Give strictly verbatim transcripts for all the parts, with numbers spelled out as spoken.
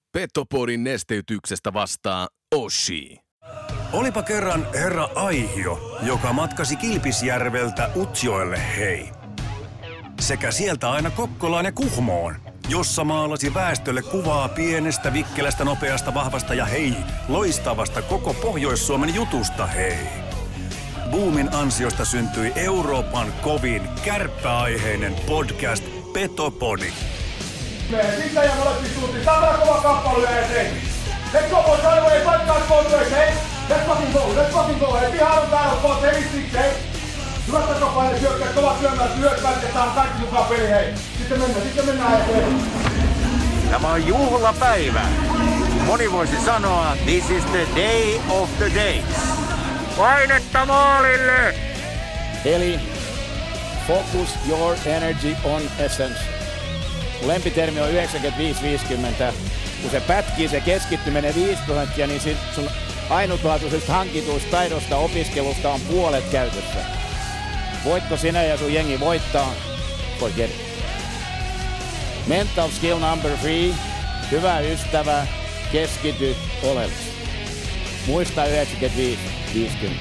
Petopodin nesteytyksestä vastaa Oshi. Olipa kerran herra Aihio, joka matkasi Kilpisjärveltä Utsjoelle hei. Sekä sieltä aina Kokkolaan ja Kuhmoon, jossa maalasi väestölle kuvaa pienestä, vikkelästä, nopeasta, vahvasta ja hei, loistavasta koko Pohjois-Suomen jutusta hei. Boomin ansiosta syntyi Euroopan kovin kärppäaiheinen podcast Petopodi. Siitä ja molempiin suuntiin. Saadaan kova kamppailu ja eteen. Let's go boys, right away, fight guys, both ways, hey. Let's fucking go, let's fucking go, hey. Pihaan on täällä, boss, heavy six, hey. Hyvät takapaine syökkäät, kovat syömään, lyöt vältetään kaikki mukaan peli, hei. Sitten mennään, sitten mennään eteen. Tämä on juhlapäivä. Moni voisi sanoa, this is the day of the days. Painetta maalille! Eli focus your energy on essence. Lempitermi on yhdeksänkymmentäviisi viisikymmentä. Kun se pätkii, se keskittyminen viisi prosenttia, niin sit sun ainutlaatuisesta hankituista taidosta opiskelusta on puolet käytössä. Voitko sinä ja sun jengi voittaa? Forget it. Mental skill number three. Hyvä ystävä, keskity oleellisesti. Muista yhdeksänkymmentäviisi viisikymmentä.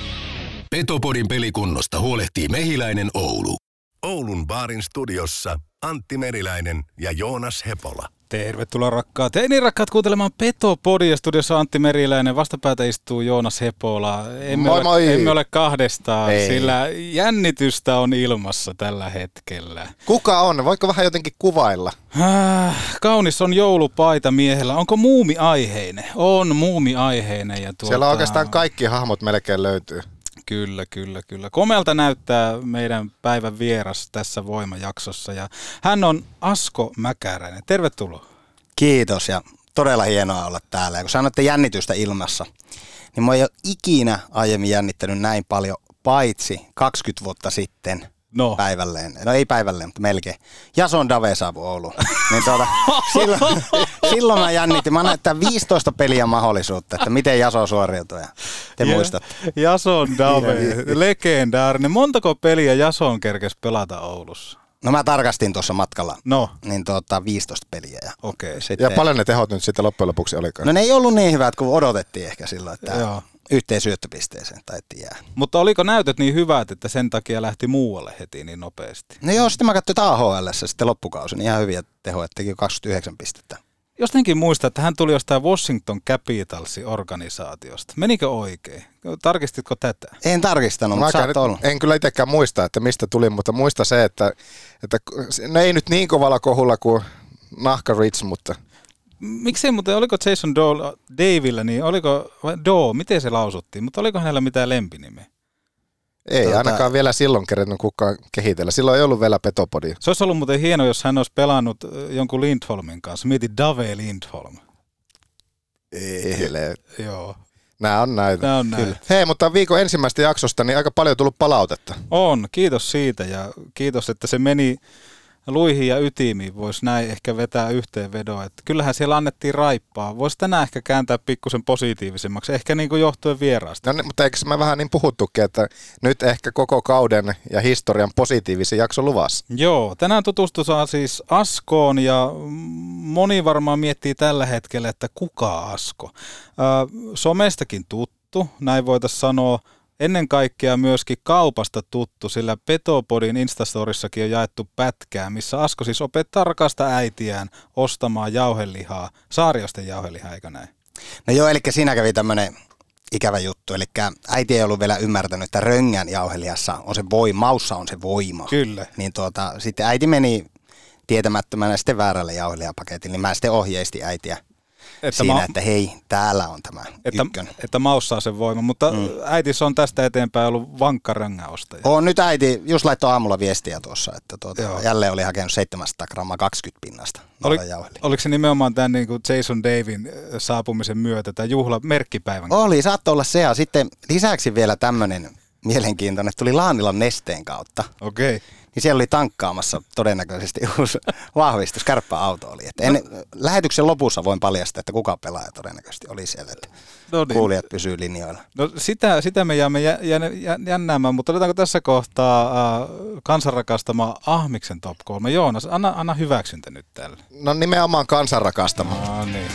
Petopodin pelikunnosta huolehtii Mehiläinen Oulu. Oulun baarin studiossa Antti Meriläinen ja Joonas Hepola. Tervetuloa rakkaat. Ei niin rakkaat kuuntelemaan Petopodia. Studiossa Antti Meriläinen. Vastapäätä istuu Joonas Hepola. Emme, moi, ole, moi. emme ole kahdestaan, Ei. sillä jännitystä on ilmassa tällä hetkellä. Kuka on? Voitko vähän jotenkin kuvailla? Äh, kaunis on joulupaita miehellä. Onko muumi-aiheinen? On muumi-aiheinen. Ja tuota... Siellä oikeastaan kaikki hahmot melkein löytyy. Kyllä, kyllä, kyllä. Komealta näyttää meidän päivän vieras tässä Voima-jaksossa ja hän on Asko Mäkäräinen. Tervetuloa. Kiitos ja todella hienoa olla täällä. Ja kun sanoitte jännitystä ilmassa, niin mä oon jo ikinä aiemmin jännittänyt näin paljon, paitsi kaksikymmentä vuotta sitten No. päivälleen. No ei päivälleen, mutta melkein. Jason Dave saapui Ouluun. Niin tuota, silloin, silloin mä jännitin. Mä näyttää viisitoista peliä mahdollisuutta, että miten Jaso suoriutuu. Ja te Ja, muistatte. Jason Dave, legendaarinen. Montako peliä Jason kerkesi pelata Oulussa? No mä tarkastin tuossa matkalla. No. Niin tuota, viisitoista peliä. Ja, Okei. sitten, Ja paljon ne tehot nyt sitten loppujen lopuksi olikaan? no ne ei ollut niin hyvät kuin odotettiin ehkä silloin, että Joo. yhteen syöttöpisteeseen taidettiin jää. Mutta oliko näytöt niin hyvät, että sen takia lähti muualle heti niin nopeasti? No joo, sitten mä katsoin, että A H L:ssä sitten loppukausi, niin ihan hyviä tehoja, teki kaksikymmentäyhdeksän pistettä. Jostenkin muistaa, että hän tuli jostain Washington Capitalsin organisaatiosta. Menikö oikein? Tarkistitko tätä? En tarkistanut, mutta saattoi olla. En kyllä itsekään muista, että mistä tuli, mutta muista se, että, että no ei nyt niin kovalla kohulla kuin Nahka Ridge, mutta... Miksei muuten, oliko Jason Doe, Davilla, niin oliko, vai Doe, miten se lausuttiin, mutta oliko hänellä mitään lempinimeä? Ei Tota- ainakaan vielä silloin kerennyt kukaan kehitellä. Silloin ei ollut vielä Petopodia. Se olisi ollut muuten hieno, jos hän olisi pelannut jonkun Lindholmin kanssa. Mieti Dave Lindholm. Ei, Joo, nämä on näitä. tämä on näin. Kyllä. Hei, mutta viikon ensimmäistä jaksosta niin aika paljon tullut palautetta. On, kiitos siitä ja kiitos, että se meni luihin ja ytimiin. Voisi näin ehkä vetää yhteenvedoa. Että kyllähän siellä annettiin raippaa. Voisi tänään ehkä kääntää pikkusen positiivisemmaksi, ehkä niin kuin johtuen vieraasta. No, niin, mutta eikö mä vähän niin puhuttukin, että nyt ehkä koko kauden ja historian positiivisen jakso luvassa? Joo, tänään tutustutaan siis Askoon ja moni varmaan miettii tällä hetkellä, että kuka Asko. Ö, somestakin tuttu, näin voitaisiin sanoa. Ennen kaikkea myöskin kaupasta tuttu, sillä Petopodin Instastorissakin on jaettu pätkää, missä Asko siis opettaa rakasta äitiään ostamaan jauhelihaa, Saariosten jauhelihaa, eikö näin? No joo, eli siinä kävi tämmöinen ikävä juttu, eli äiti ei ollut vielä ymmärtänyt, että röngän jauhelijassa on se voima, maussa on se voima. Kyllä. Niin tuota, sitten äiti meni tietämättömänä sitten väärälle jauhelijapaketille, niin mä sitten ohjeistin äitiä Että siinä, ma- että hei, täällä on tämä että, ykkönen. että maussaa sen voima, mutta mm. äitis on tästä eteenpäin ollut vankka röngäostaja. On nyt äiti, just laittoi aamulla viestiä tuossa, että tuota, Joo. jälleen oli hakenut seitsemänsataa grammaa kaksikymmentä pinnasta. Oli, jauhelia. oliko se nimenomaan tämän niin kuin Jason Davin saapumisen myötä, tämä juhla merkkipäivän? Oli, saattoi olla se. Ja sitten lisäksi vielä tämmöinen mielenkiintoinen, että tuli Laanilan nesteen kautta. Okei. Okay. niin siellä oli tankkaamassa todennäköisesti uusi vahvistus, kärppäauto oli. Et en, no, lähetyksen lopussa voin paljastaa, että kuka pelaaja todennäköisesti oli siellä, että no niin. Kuulijat pysyy linjoilla. No sitä, sitä me jäämme jä, jä, jä, jännäämään, mutta otetaanko tässä kohtaa äh, kansanrakastama Ahmiksen top kolme? Joonas, anna, anna hyväksyntä nyt tälle. No nimenomaan kansanrakastama. No niin.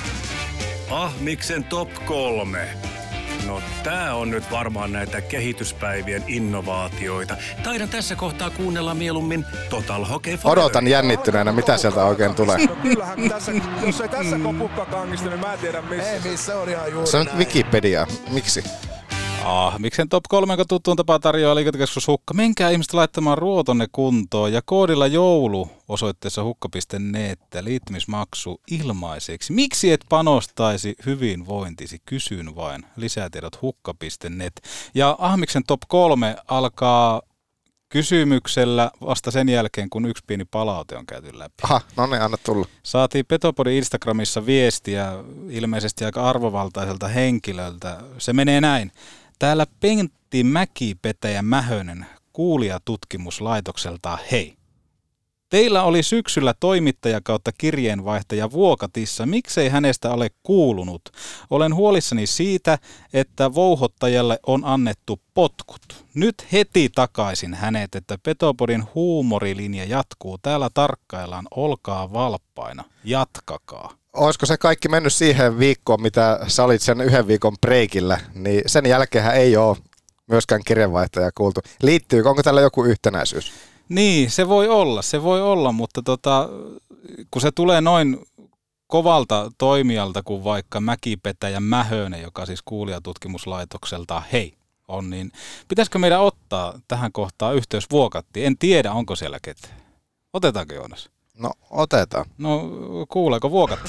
Ahmiksen top kolme. No tää on nyt varmaan näitä kehityspäivien innovaatioita. Taidan tässä kohtaa kuunnella mieluummin Total Hockey Forever. Odotan jännittyneenä, mitä sieltä oikein tulee. No kyllähän tässä, jos ei tässä kopukka kangista, niin mä en tiedä missä. Ei missä, on ihan juuri se on nyt Wikipedia. Miksi? Ah, miksen top kolme, kun tuttuun tapaa tarjoaa liikuntakeskus Hukka. Menkää ihmiset laittamaan ruotonne kuntoon ja koodilla joulu osoitteessa hukka piste net liittymismaksu ilmaiseksi. Miksi et panostaisi hyvinvointisi? Kysyn vain. Lisätiedot hukka piste net. Ja Ahmiksen top kolme alkaa kysymyksellä vasta sen jälkeen, kun yksi pieni palaute on käyty läpi. Aha, no niin, anna tulla. Saatiin Petopodin Instagramissa viestiä ilmeisesti aika arvovaltaiselta henkilöltä. Se menee näin. Täällä Pentti Mäki-Petäjä Mähönen kuulijatutkimuslaitokselta hei. Teillä oli syksyllä toimittaja kautta kirjeenvaihtaja Vuokatissa. Miksei hänestä ole kuulunut? Olen huolissani siitä, että vouhottajalle on annettu potkut. Nyt heti takaisin hänet, että Petopodin huumorilinja jatkuu. Täällä tarkkaillaan. Olkaa valppaina. Jatkakaa. Olisiko se kaikki mennyt siihen viikkoon, mitä sä olit sen yhden viikon breikillä, niin sen jälkeenhän ei ole myöskään kirjeenvaihtajaa kuultu. Liittyykö, onko tällä joku yhtenäisyys? Niin, se voi olla, se voi olla, mutta tota, kun se tulee noin kovalta toimijalta kuin vaikka Mäki-Petäjä Mähönen, joka siis kuulijatutkimuslaitokselta hei on, niin pitäisikö meidän ottaa tähän kohtaan yhteys Vuokattiin? En tiedä, onko siellä ketään. Otetaanko, Joonas? No, otetaan. No, kuuleeko Vuokatti?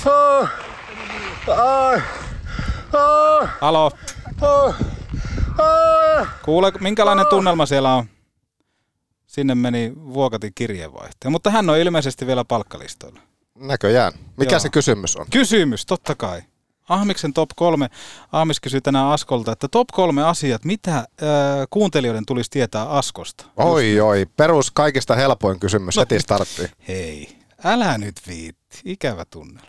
Halo? Kuuleeko, minkälainen tunnelma siellä on? Sinne meni Vuokatin kirjeenvaihtaja, mutta hän on ilmeisesti vielä palkkalistoilla. Näköjään. Mikä Joo. se kysymys on? Kysymys, totta kai. Ahmiksen top kolme. Ahmis kysyi tänään Askolta, että top kolme asiat, mitä äh, kuuntelijoiden tulisi tietää Askosta? Oi Just. oi, perus kaikista helpoin kysymys, no, heti starttiin. Hei, älä nyt viitti, ikävä tunnelma.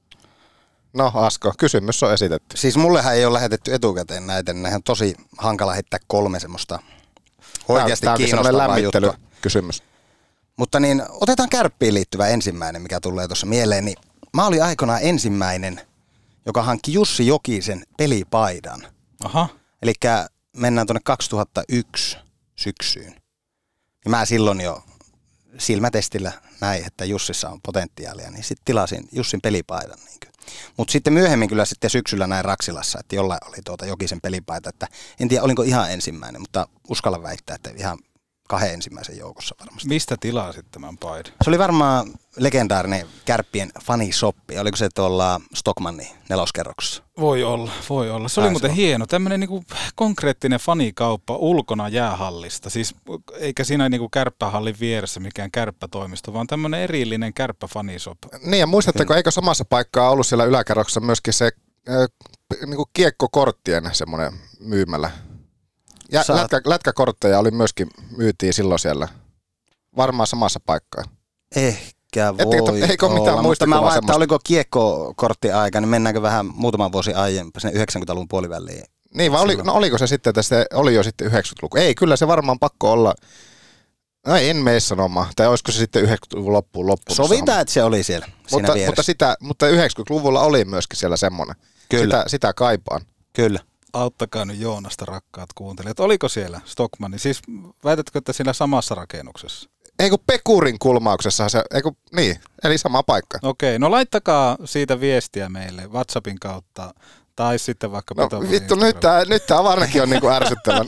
No Asko, kysymys on esitetty. Siis mullehan ei ole lähetetty etukäteen näitä, niin on tosi hankala heittää kolme semmoista oikeasti kiinnostavaa juttua. Kysymys. Mutta niin, otetaan Kärppiin liittyvä ensimmäinen, mikä tulee tuossa mieleen. Niin mä olin aikanaan ensimmäinen, joka hankki Jussi Jokisen pelipaidan. Aha. Elikkä mennään tuonne kaksituhattayksi syksyyn. Ja mä silloin jo silmätestillä näin, että Jussissa on potentiaalia, niin sitten tilasin Jussin pelipaidan. Mutta sitten myöhemmin kyllä sitten syksyllä näin Raksilassa, että jollain oli tuota Jokisen pelipaita, että en tiedä olinko ihan ensimmäinen, mutta uskallan väittää, että ihan kahden ensimmäisen joukossa varmasti. Mistä tilasit tämän paidan? Se oli varmaan legendaarinen Kärppien fanisoppi. Oliko se tuolla Stockmannin neloskerroksessa? Voi olla, voi olla. Se oli muuten on. hieno. Tämmöinen niinku konkreettinen fanikauppa ulkona jäähallista. Siis eikä siinä niinku kärppähallin vieressä mikään kärppätoimisto, vaan tämmöinen erillinen kärppäfanisop. Niin ja muistatteko, eikö samassa paikkaa ollut siellä yläkerroksessa myöskin se äh, niinku kiekkokorttien semmoinen myymälä? Ja Saat... lätkä, lätkäkortteja oli myöskin, myytiin silloin siellä. Varmaan samassa paikkaa. Ehkä voi Etteikö, eikö olla, mitään mutta mä vaan, että oliko kiekkokortti aika, niin mennäänkö vähän muutaman vuosi aiemmin, sinne yhdeksänkymmentäluvun puoliväliin. Niin, vai oli, no oliko se sitten, että se oli jo sitten yhdeksänkymmentäluku? Ei, kyllä se varmaan pakko olla, no en mene sanomaan, tai olisiko se sitten yhdeksänkymmentäluvun loppuun loppuun. Sovitaan, että se oli siellä, siinä mutta, vieressä. Mutta, sitä, mutta yhdeksänkymmentäluvulla oli myöskin siellä semmoinen. Kyllä. Sitä, sitä kaipaan. Kyllä. Auttakaa nyt Joonasta, rakkaat kuuntelijat. Oliko siellä Stockmanni? Siis väitätkö, että siinä samassa rakennuksessa? Eikö Pekurin kulmauksessa se, eikö, niin, eli sama paikka. Okei, no laittakaa siitä viestiä meille WhatsAppin kautta tai sitten vaikka... No vittu, nyt tää, nyt tää varmaankin on niinku ärsyttävän.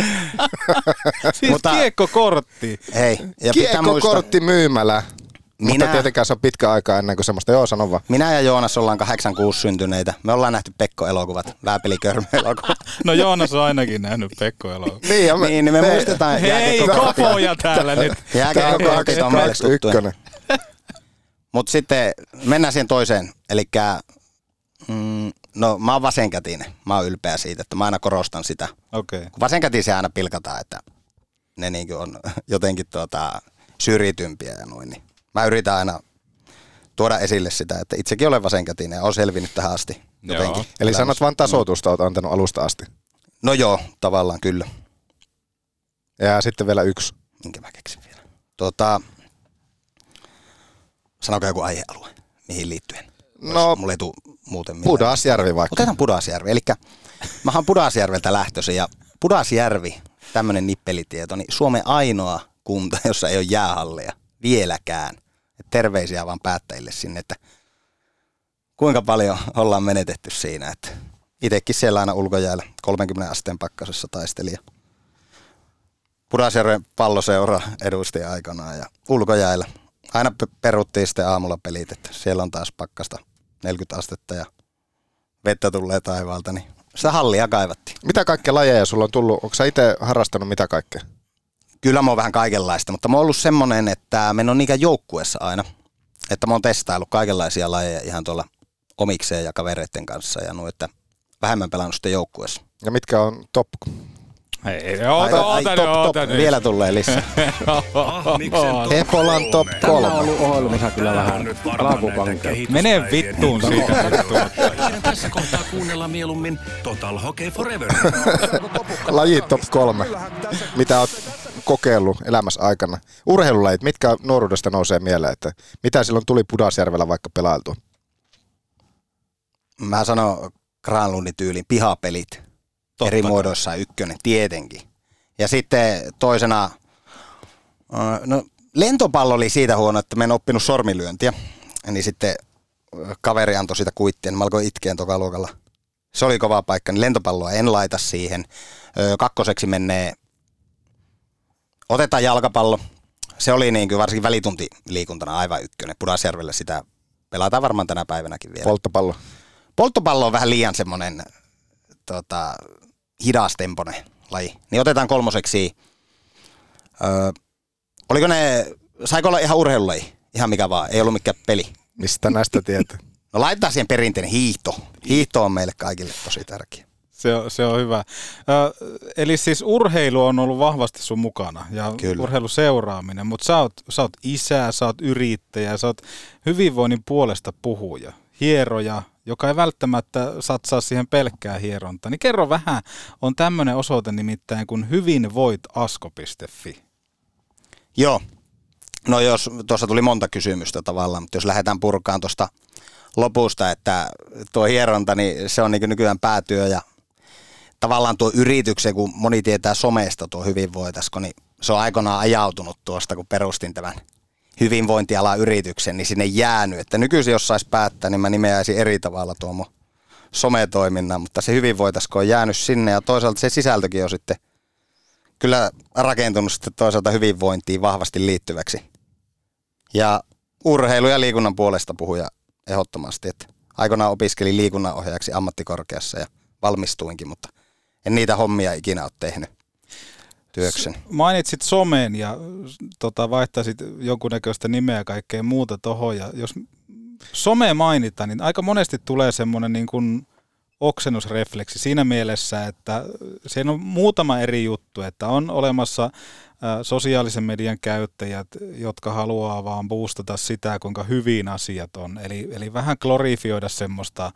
Siis mutta, kiekkokortti. Hei, ja kiekkokortti myymälä. Minä, mutta tietenkään se on pitkä aikaa ennen kuin semmoista, joo sano vaan. Minä ja Joonas ollaan kahdeksankymmentäkuusi syntyneitä. Me ollaan nähty Pekko-elokuvat, Vääpelikörmy-elokuvat. No Joonas on ainakin nähnyt Pekko-elokuvat. niin, ja me, niin, me, me muistetaan. Hei, kopoja täällä nyt. Jääkiekkokortit on meille tuttuja. Mutta sitten mennään siihen toiseen. Elikkä, mm, no mä oon vasenkätinen. Mä oon ylpeä siitä, että mä aina korostan sitä. Okay. Vasenkätisiä aina pilkataan, että ne niinku on jotenkin tuota... syrjitympiä ja noin. Niin mä yritän aina tuoda esille sitä, että itsekin olen vasenkätinen ja olen selvinnyt tähän asti jotenkin. Eli sanot vaan tasoitusta, olet antanut alusta asti. No joo, tavallaan kyllä. Ja sitten vielä yksi. Minkä mä keksin vielä? Tota, sanokaa joku aihealue, mihin liittyen. No, mulla ei tule muuten mitään. Pudasjärvi vaikka. Otetaan Pudasjärvi. Eli mä oon Pudasjärveltä lähtöisin ja Pudasjärvi, tämmönen nippelitieto, niin Suomen ainoa kunta, jossa ei ole jäähalleja vieläkään. Et terveisiä vaan päättäjille sinne, että kuinka paljon ollaan menetetty siinä. Että itekin siellä aina ulkojäällä kolmenkymmenen asteen pakkasessa taistelija. Pudasjärven palloseura edusti aikanaan ja ulkojäällä. Aina peruttiin sitten aamulla pelit, että siellä on taas pakkasta neljäkymmentä astetta ja vettä tulee taivaalta, niin sitä hallia kaivattiin. Mitä kaikkea lajeja sulla on tullut? Onko sä itse harrastanut mitä kaikkea? Kyllä mä oon vähän kaikenlaista, mutta mä oon ollut semmonen, että mä en ole niinkään joukkueessa aina. Että mä oon testaillut kaikenlaisia lajeja ihan tuolla omikseen ja kavereiden kanssa ja nuo, että vähemmän pelannut sitten joukkueessa. Ja mitkä on top? Ei, oota, oota, top, top, oota, vielä tulee lisää. Epolan top kolme. Tämä on ollut ohjelmassa kyllä vähän alkukankeutta. Mene vittuun siitä. Tässä kohtaa kuunnella mieluummin Total Hockey Forever. Laji top kolme. Mitä oot kokeillut elämässä aikana? Urheilulajit, mitkä nuoruudesta nousee mieleen? Että mitä silloin tuli Pudasjärvellä vaikka pelailtua? Mä sanon Granlundin tyylin pihapelit. Totta eri muodoissa ykkönen, tietenkin. Ja sitten toisena, no lentopallo oli siitä huono, että mä en oppinut sormilyöntiä. Niin sitten kaveri antoi sitä kuittia, niin mä alkoin itkeen toka luokalla. Se oli kova paikka, niin lentopalloa en laita siihen. Kakkoseksi menee, otetaan jalkapallo. Se oli niin kuin varsinkin välituntiliikuntana aivan ykkönen. Pudasjärvellä sitä pelataan varmaan tänä päivänäkin vielä. Polttopallo. Polttopallo on vähän liian semmoinen tota, hidastempoinen laji. Niin otetaan kolmoseksi. Öö, oliko ne, saiko olla ihan urheilulaji? Ihan mikä vaan, ei ollut mikään peli. Mistä näistä tietää? No laitetaan siihen perinteinen hiihto. Hiihto on meille kaikille tosi tärkeä. Se on, se on hyvä. Ö, eli siis urheilu on ollut vahvasti sun mukana ja Kyllä. urheiluseuraaminen, mutta sä oot, sä oot isä, sä oot yrittäjä, sä oot hyvinvoinnin puolesta puhuja, hieroja, joka ei välttämättä satsaa siihen pelkkään hierontaan. Niin kerro vähän, on tämmöinen osoite nimittäin kuin hyvinvoitasko piste fi. Joo. No jos, tuossa tuli monta kysymystä tavallaan, mutta jos lähdetään purkaan tuosta lopusta, että tuo hieronta, niin se on niin nykyään päätyö ja tavallaan tuo yrityksen, kun moni tietää somesta tuo hyvinvoitasko, niin se on aikoinaan ajautunut tuosta, kun perustin tämän hyvinvointialan yrityksen, niin sinne jäänyt. Että nykyisin jos saisi päättää, niin mä nimeäisin eri tavalla tuo mun sometoiminnan, mutta se hyvinvoitasko on jäänyt sinne ja toisaalta se sisältökin on sitten kyllä rakentunut sitten toisaalta hyvinvointiin vahvasti liittyväksi. Ja urheilu- ja liikunnan puolesta puhuja ehdottomasti, että aikoinaan opiskelin liikunnanohjaajaksi ammattikorkeassa ja valmistuinkin, mutta en niitä hommia ikinä ole tehnyt työkseni. Mainitsit somen ja tota, vaihtaisit jonkunnäköistä nimeä ja kaikkea muuta tohon. Ja jos some mainitaan, niin aika monesti tulee semmoinen niin kuin oksennusrefleksi siinä mielessä, että siinä on muutama eri juttu, että on olemassa sosiaalisen median käyttäjät, jotka haluaa vaan boostata sitä, kuinka hyvin asiat on. Eli, eli vähän glorifioida semmoista,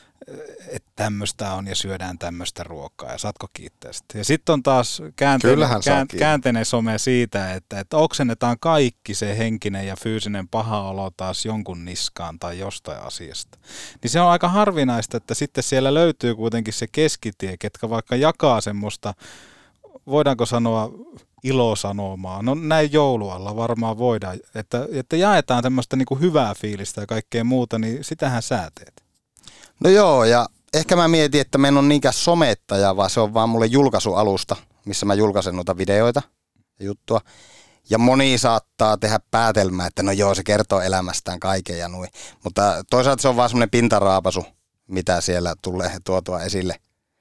että tämmöistä on ja syödään tämmöistä ruokaa ja saatko kiittää sitä. Ja sitten on taas käänteinen, kään, käänteinen some siitä, että, että oksennetaan kaikki se henkinen ja fyysinen paha olo taas jonkun niskaan tai jostain asiasta. Niin se on aika harvinaista, että sitten siellä löytyy kuitenkin se keskitie, ketkä vaikka jakaa semmoista, voidaanko sanoa ilosanomaa, no näin joulualla varmaan voidaan, että, että jaetaan tämmöistä niin kuin hyvää fiilistä ja kaikkea muuta, niin sitähän sä teet. No joo, ja ehkä mä mietin, että mä en ole niinkään somettaja, vaan se on vaan mulle julkaisualusta, missä mä julkaisen noita videoita ja juttua. Ja moni saattaa tehdä päätelmää, että no joo, se kertoo elämästään kaiken ja noin. Mutta toisaalta se on vaan semmoinen pintaraapasu, mitä siellä tulee tuotua esille.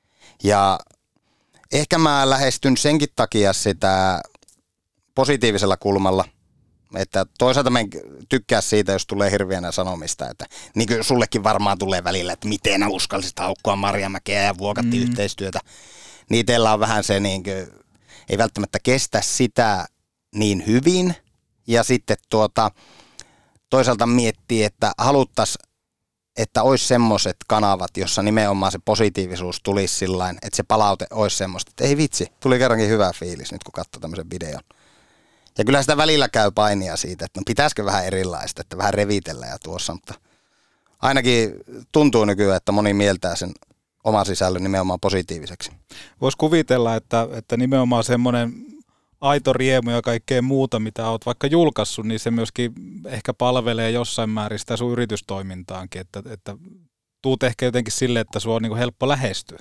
Ja ehkä mä lähestyn senkin takia sitä positiivisella kulmalla, että toisaalta mä en tykkää siitä, jos tulee hirveänä sanomista, että niin kuin sullekin varmaan tulee välillä, että miten uskallisit haukkua Marjamäkeä ja vuokatti mm. yhteistyötä. Niin teillä on vähän se, niin kuin, ei välttämättä kestä sitä niin hyvin Ja sitten tuota, toisaalta miettii, että haluttaisiin, että olisi semmoiset kanavat, jossa nimenomaan se positiivisuus tulisi sillain, että se palaute olisi semmoista, että ei vitsi, tuli kerrankin hyvä fiilis nyt kun katsoo tämmöisen videon. Ja kyllä sitä välillä käy painia siitä, että no pitäisikö vähän erilaista, että vähän revitellä ja tuossa, mutta ainakin tuntuu nykyään, että moni mieltää sen oman sisällön nimenomaan positiiviseksi. Voisi kuvitella, että, että nimenomaan semmoinen aito riemu ja kaikkea muuta, mitä olet vaikka julkaissut, niin se myöskin ehkä palvelee jossain määrin sitä sun yritystoimintaankin, että, että tuut ehkä jotenkin sille, että sua on niin kuin helppo lähestyä.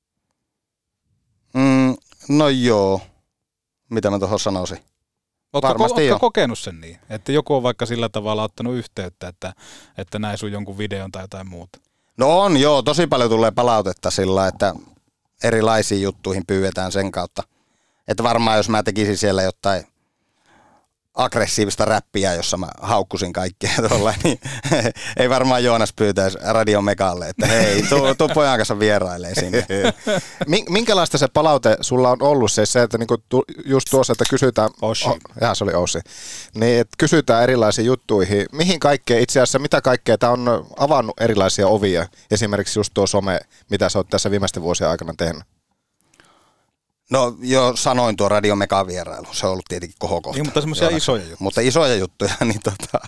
Mm, no joo, mitä mä tuohon sanoisin. Ootko, Varmasti ootko jo. kokenut sen niin, että joku on vaikka sillä tavalla ottanut yhteyttä, että, että näin sun jonkun videon tai jotain muuta? No on joo, tosi paljon tulee palautetta sillä, että erilaisiin juttuihin pyydetään sen kautta. Että varmaan jos mä tekisin siellä jotain aggressiivista räppiä, jossa mä haukkusin kaikkea tuolla, niin ei varmaan Joonas pyytäisi Radio Megalle, että hei, tuu, tuu pojan kanssa vierailee sinne. Minkälaista se palaute sulla on ollut? Siis se, että niinku tu, just tuossa, että kysytään... Oshi. Oh, jaa, se oli Oshi. Niin, että kysytään erilaisiin juttuihin. Mihin kaikkea, itse asiassa mitä kaikkea, tämä on avannut erilaisia ovia? Esimerkiksi just tuo some, mitä sä oot tässä viimeisten vuosien aikana tehnyt. No jo sanoin tuo Radio Mega vierailu, se on ollut tietenkin kohokohta. Niin, mutta semmoisia isoja juttuja. Mutta isoja juttuja, niin tota...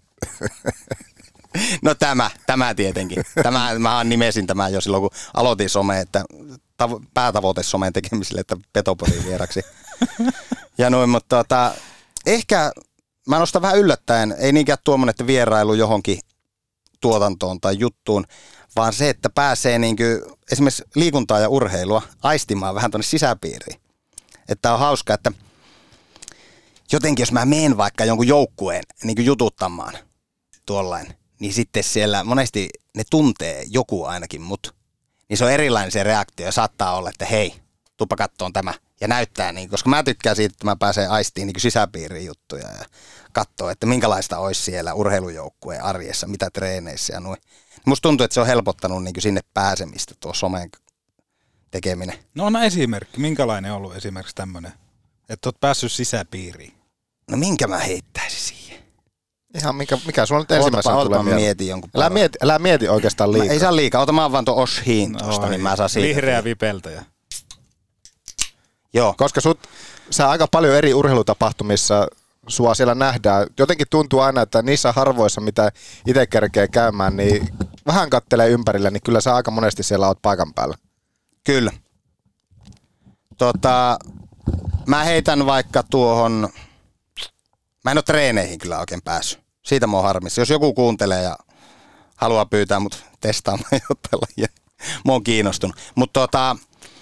No tämä, tämä tietenkin. Tämä, mä nimesin tämän jo silloin, kun aloitin some, että tavo- päätavoite somen tekemiselle, että Petoporin vieraksi. Ja noin, mutta tota, ehkä mä nostan vähän yllättäen, ei niinkään tuommoinen, että vierailu johonkin tuotantoon tai juttuun, vaan se, että pääsee niin kuin esimerkiksi liikuntaa ja urheilua aistimaan vähän tuonne sisäpiiriin. Että on hauska, että jotenkin jos mä menen vaikka jonkun joukkueen niin kuin jututtamaan tuollain, niin sitten siellä monesti ne tuntee joku ainakin mut. Niin se on erilainen se reaktio ja saattaa olla, että hei, tuppa kattoon tämä. Ja näyttää, niin, koska mä tykkään siitä, että mä pääsen aistiin niin sisäpiiriin juttuja ja katsoo, että minkälaista olisi siellä urheilujoukkueen arjessa, mitä treeneissä ja noin. Musta tuntuu, että se on helpottanut niin sinne pääsemistä tuo somen tekeminen. No on esimerkki. Minkälainen on ollut esimerkiksi tämmöinen, että oot päässyt sisäpiiriin? No minkä mä heittäisin siihen? Ihan mikä, mikä sulla nyt ensimmäisenä tulee mieleen? Mieti jonkun älä mieti, älä mieti oikeastaan liikaa. Mä ei saa liikaa, ota mä vaan tuon Oshiin tuosta, niin mä saan siitä. Vihreä vipeltäjä. Joo. Koska sut, sä aika paljon eri urheilutapahtumissa sua siellä nähdään. Jotenkin tuntuu aina, että niissä harvoissa, mitä itse kerkee käymään, niin vähän kattelee ympärille, niin kyllä sä aika monesti siellä oot paikan päällä. Kyllä. Tota, mä heitän vaikka tuohon, mä en ole treeneihin kyllä oikein päässyt. Siitä mä oon harmissa. Jos joku kuuntelee ja haluaa pyytää mut testaamaan jotain lajia, mä oon kiinnostunut. Mutta tota,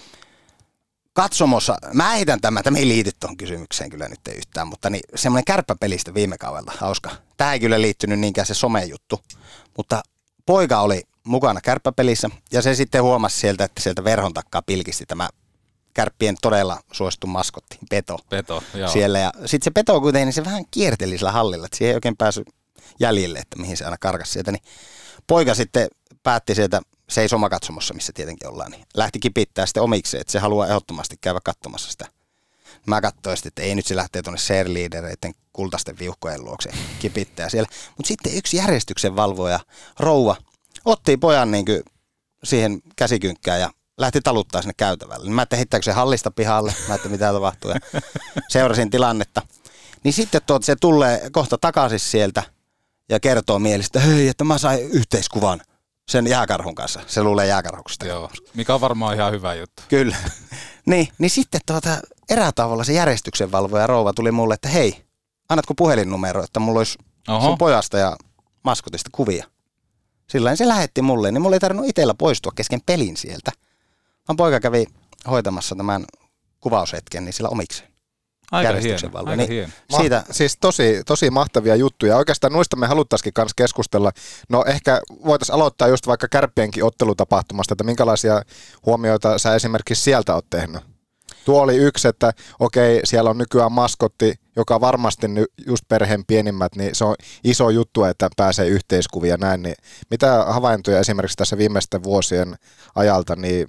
katsomossa, mä heitän tämän, tämä ei liity tuohon kysymykseen kyllä nyt ei yhtään, mutta niin, semmoinen kärppäpelistä viime kaudella, hauska. Tähän ei kyllä liittynyt niinkään se somejuttu, mutta poika oli mukana kärppäpelissä ja se sitten huomasi sieltä, että sieltä verhon takkaa pilkisti tämä kärppien todella suosittu maskotti, Peto. Peto, joo. Siellä ja sitten se Peto kuitenkin, niin se vähän kierteli sillä hallilla, että siihen ei oikein päässyt jäljille, että mihin se aina karkasi sieltä, niin poika sitten päätti sieltä seisomakatsomossa, missä tietenkin ollaan, niin lähti kipittää sitten omikseen, että se haluaa ehdottomasti käydä katsomassa sitä. Mä katsoin sitten, että ei nyt se lähtee tuonne cheerleadereiden kultaisten viuhkojen luokse kipittää siellä. Mutta sitten yksi järjestyksen valvoja, rouva, otti pojan niin kuin siihen käsikynkkään ja lähti taluttaa sinne käytävälle. Mä ajattelin, heittääkö se hallista pihalle, mä ajattelin, mitä tapahtuu ja seurasin tilannetta. Niin sitten tuot, se tulee kohta takaisin sieltä ja kertoo mielistä, että hei, että mä sain yhteiskuvan sen jääkarhun kanssa. Se luulee jääkarhuksesta. Joo, mikä on varmaan ihan hyvä juttu. Kyllä. niin, niin sitten tuota, erätavolla se järjestyksenvalvoja rouva tuli mulle, että hei, annatko puhelinnumero, että mulla olisi Oho. sun pojasta ja maskotista kuvia. Silloin se lähetti mulle, niin mulla ei tarvinnut itsellä poistua kesken pelin sieltä. Vaan poika kävi hoitamassa tämän kuvaushetken niin sillä omikseen. Aika hieno, aika niin hieno. Siitä... Ma- siis tosi, tosi mahtavia juttuja. Oikeastaan noista me haluttaisikin kanssa keskustella. No ehkä voitaisiin aloittaa just vaikka Kärppienkin ottelutapahtumasta, että minkälaisia huomioita sä esimerkiksi sieltä oot tehnyt? Tuo oli yksi, että okei, siellä on nykyään maskotti, joka varmasti just perheen pienimmät, niin se on iso juttu, että pääsee yhteiskuvia näin. Niin mitä havaintoja esimerkiksi tässä viimeisten vuosien ajalta niin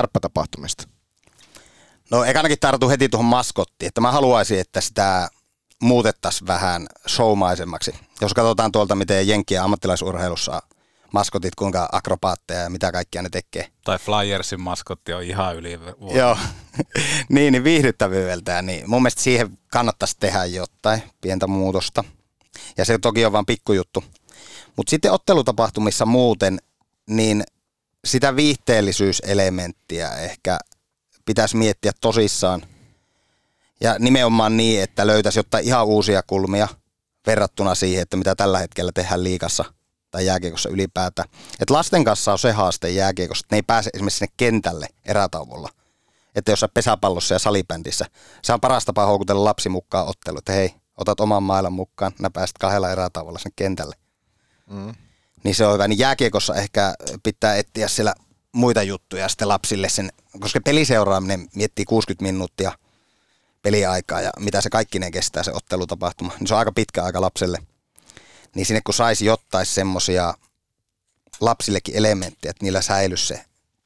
kärppätapahtumista? No ekanakin tartu heti tuohon maskottiin, että mä haluaisin, että sitä muutettaisiin vähän showmaisemmaksi. Jos katsotaan tuolta, miten jenkkien ammattilaisurheilussa maskotit, kuinka akrobaatteja ja mitä kaikkia ne tekee. Tai Flyersin maskotti on ihan yli vuotta. Joo, niin, niin viihdyttävyydeltään. Niin mun mielestä siihen kannattaisi tehdä jotain pientä muutosta. Ja se toki on vaan pikkujuttu. Mutta sitten ottelutapahtumissa muuten, niin sitä viihteellisyyselementtiä ehkä pitäisi miettiä tosissaan. Ja nimenomaan niin, että löytäisi jotain ihan uusia kulmia verrattuna siihen, että mitä tällä hetkellä tehdään liigassa tai jääkiekossa ylipäätään. Et lasten kanssa on se haaste jääkiekossa, että ne ei pääse esimerkiksi sinne kentälle erätauolla. Että jos sä pesäpallossa ja salibändissä, se on paras tapa houkutella lapsi mukaan ottelu, että hei, otat oman mailan mukaan, nää pääset kahdella erätauolla sinne kentälle. Mm. Niin se on hyvä. Niin jääkiekossa ehkä pitää etsiä siellä muita juttuja sitten lapsille sen, koska peliseuraaminen miettii kuusikymmentä minuuttia peliaikaa ja mitä se kaikkineen kestää se ottelutapahtuma, niin se on aika pitkä aika lapselle. Niin sinne kun saisi jotain semmoisia lapsillekin elementtejä, että niillä säilyisi se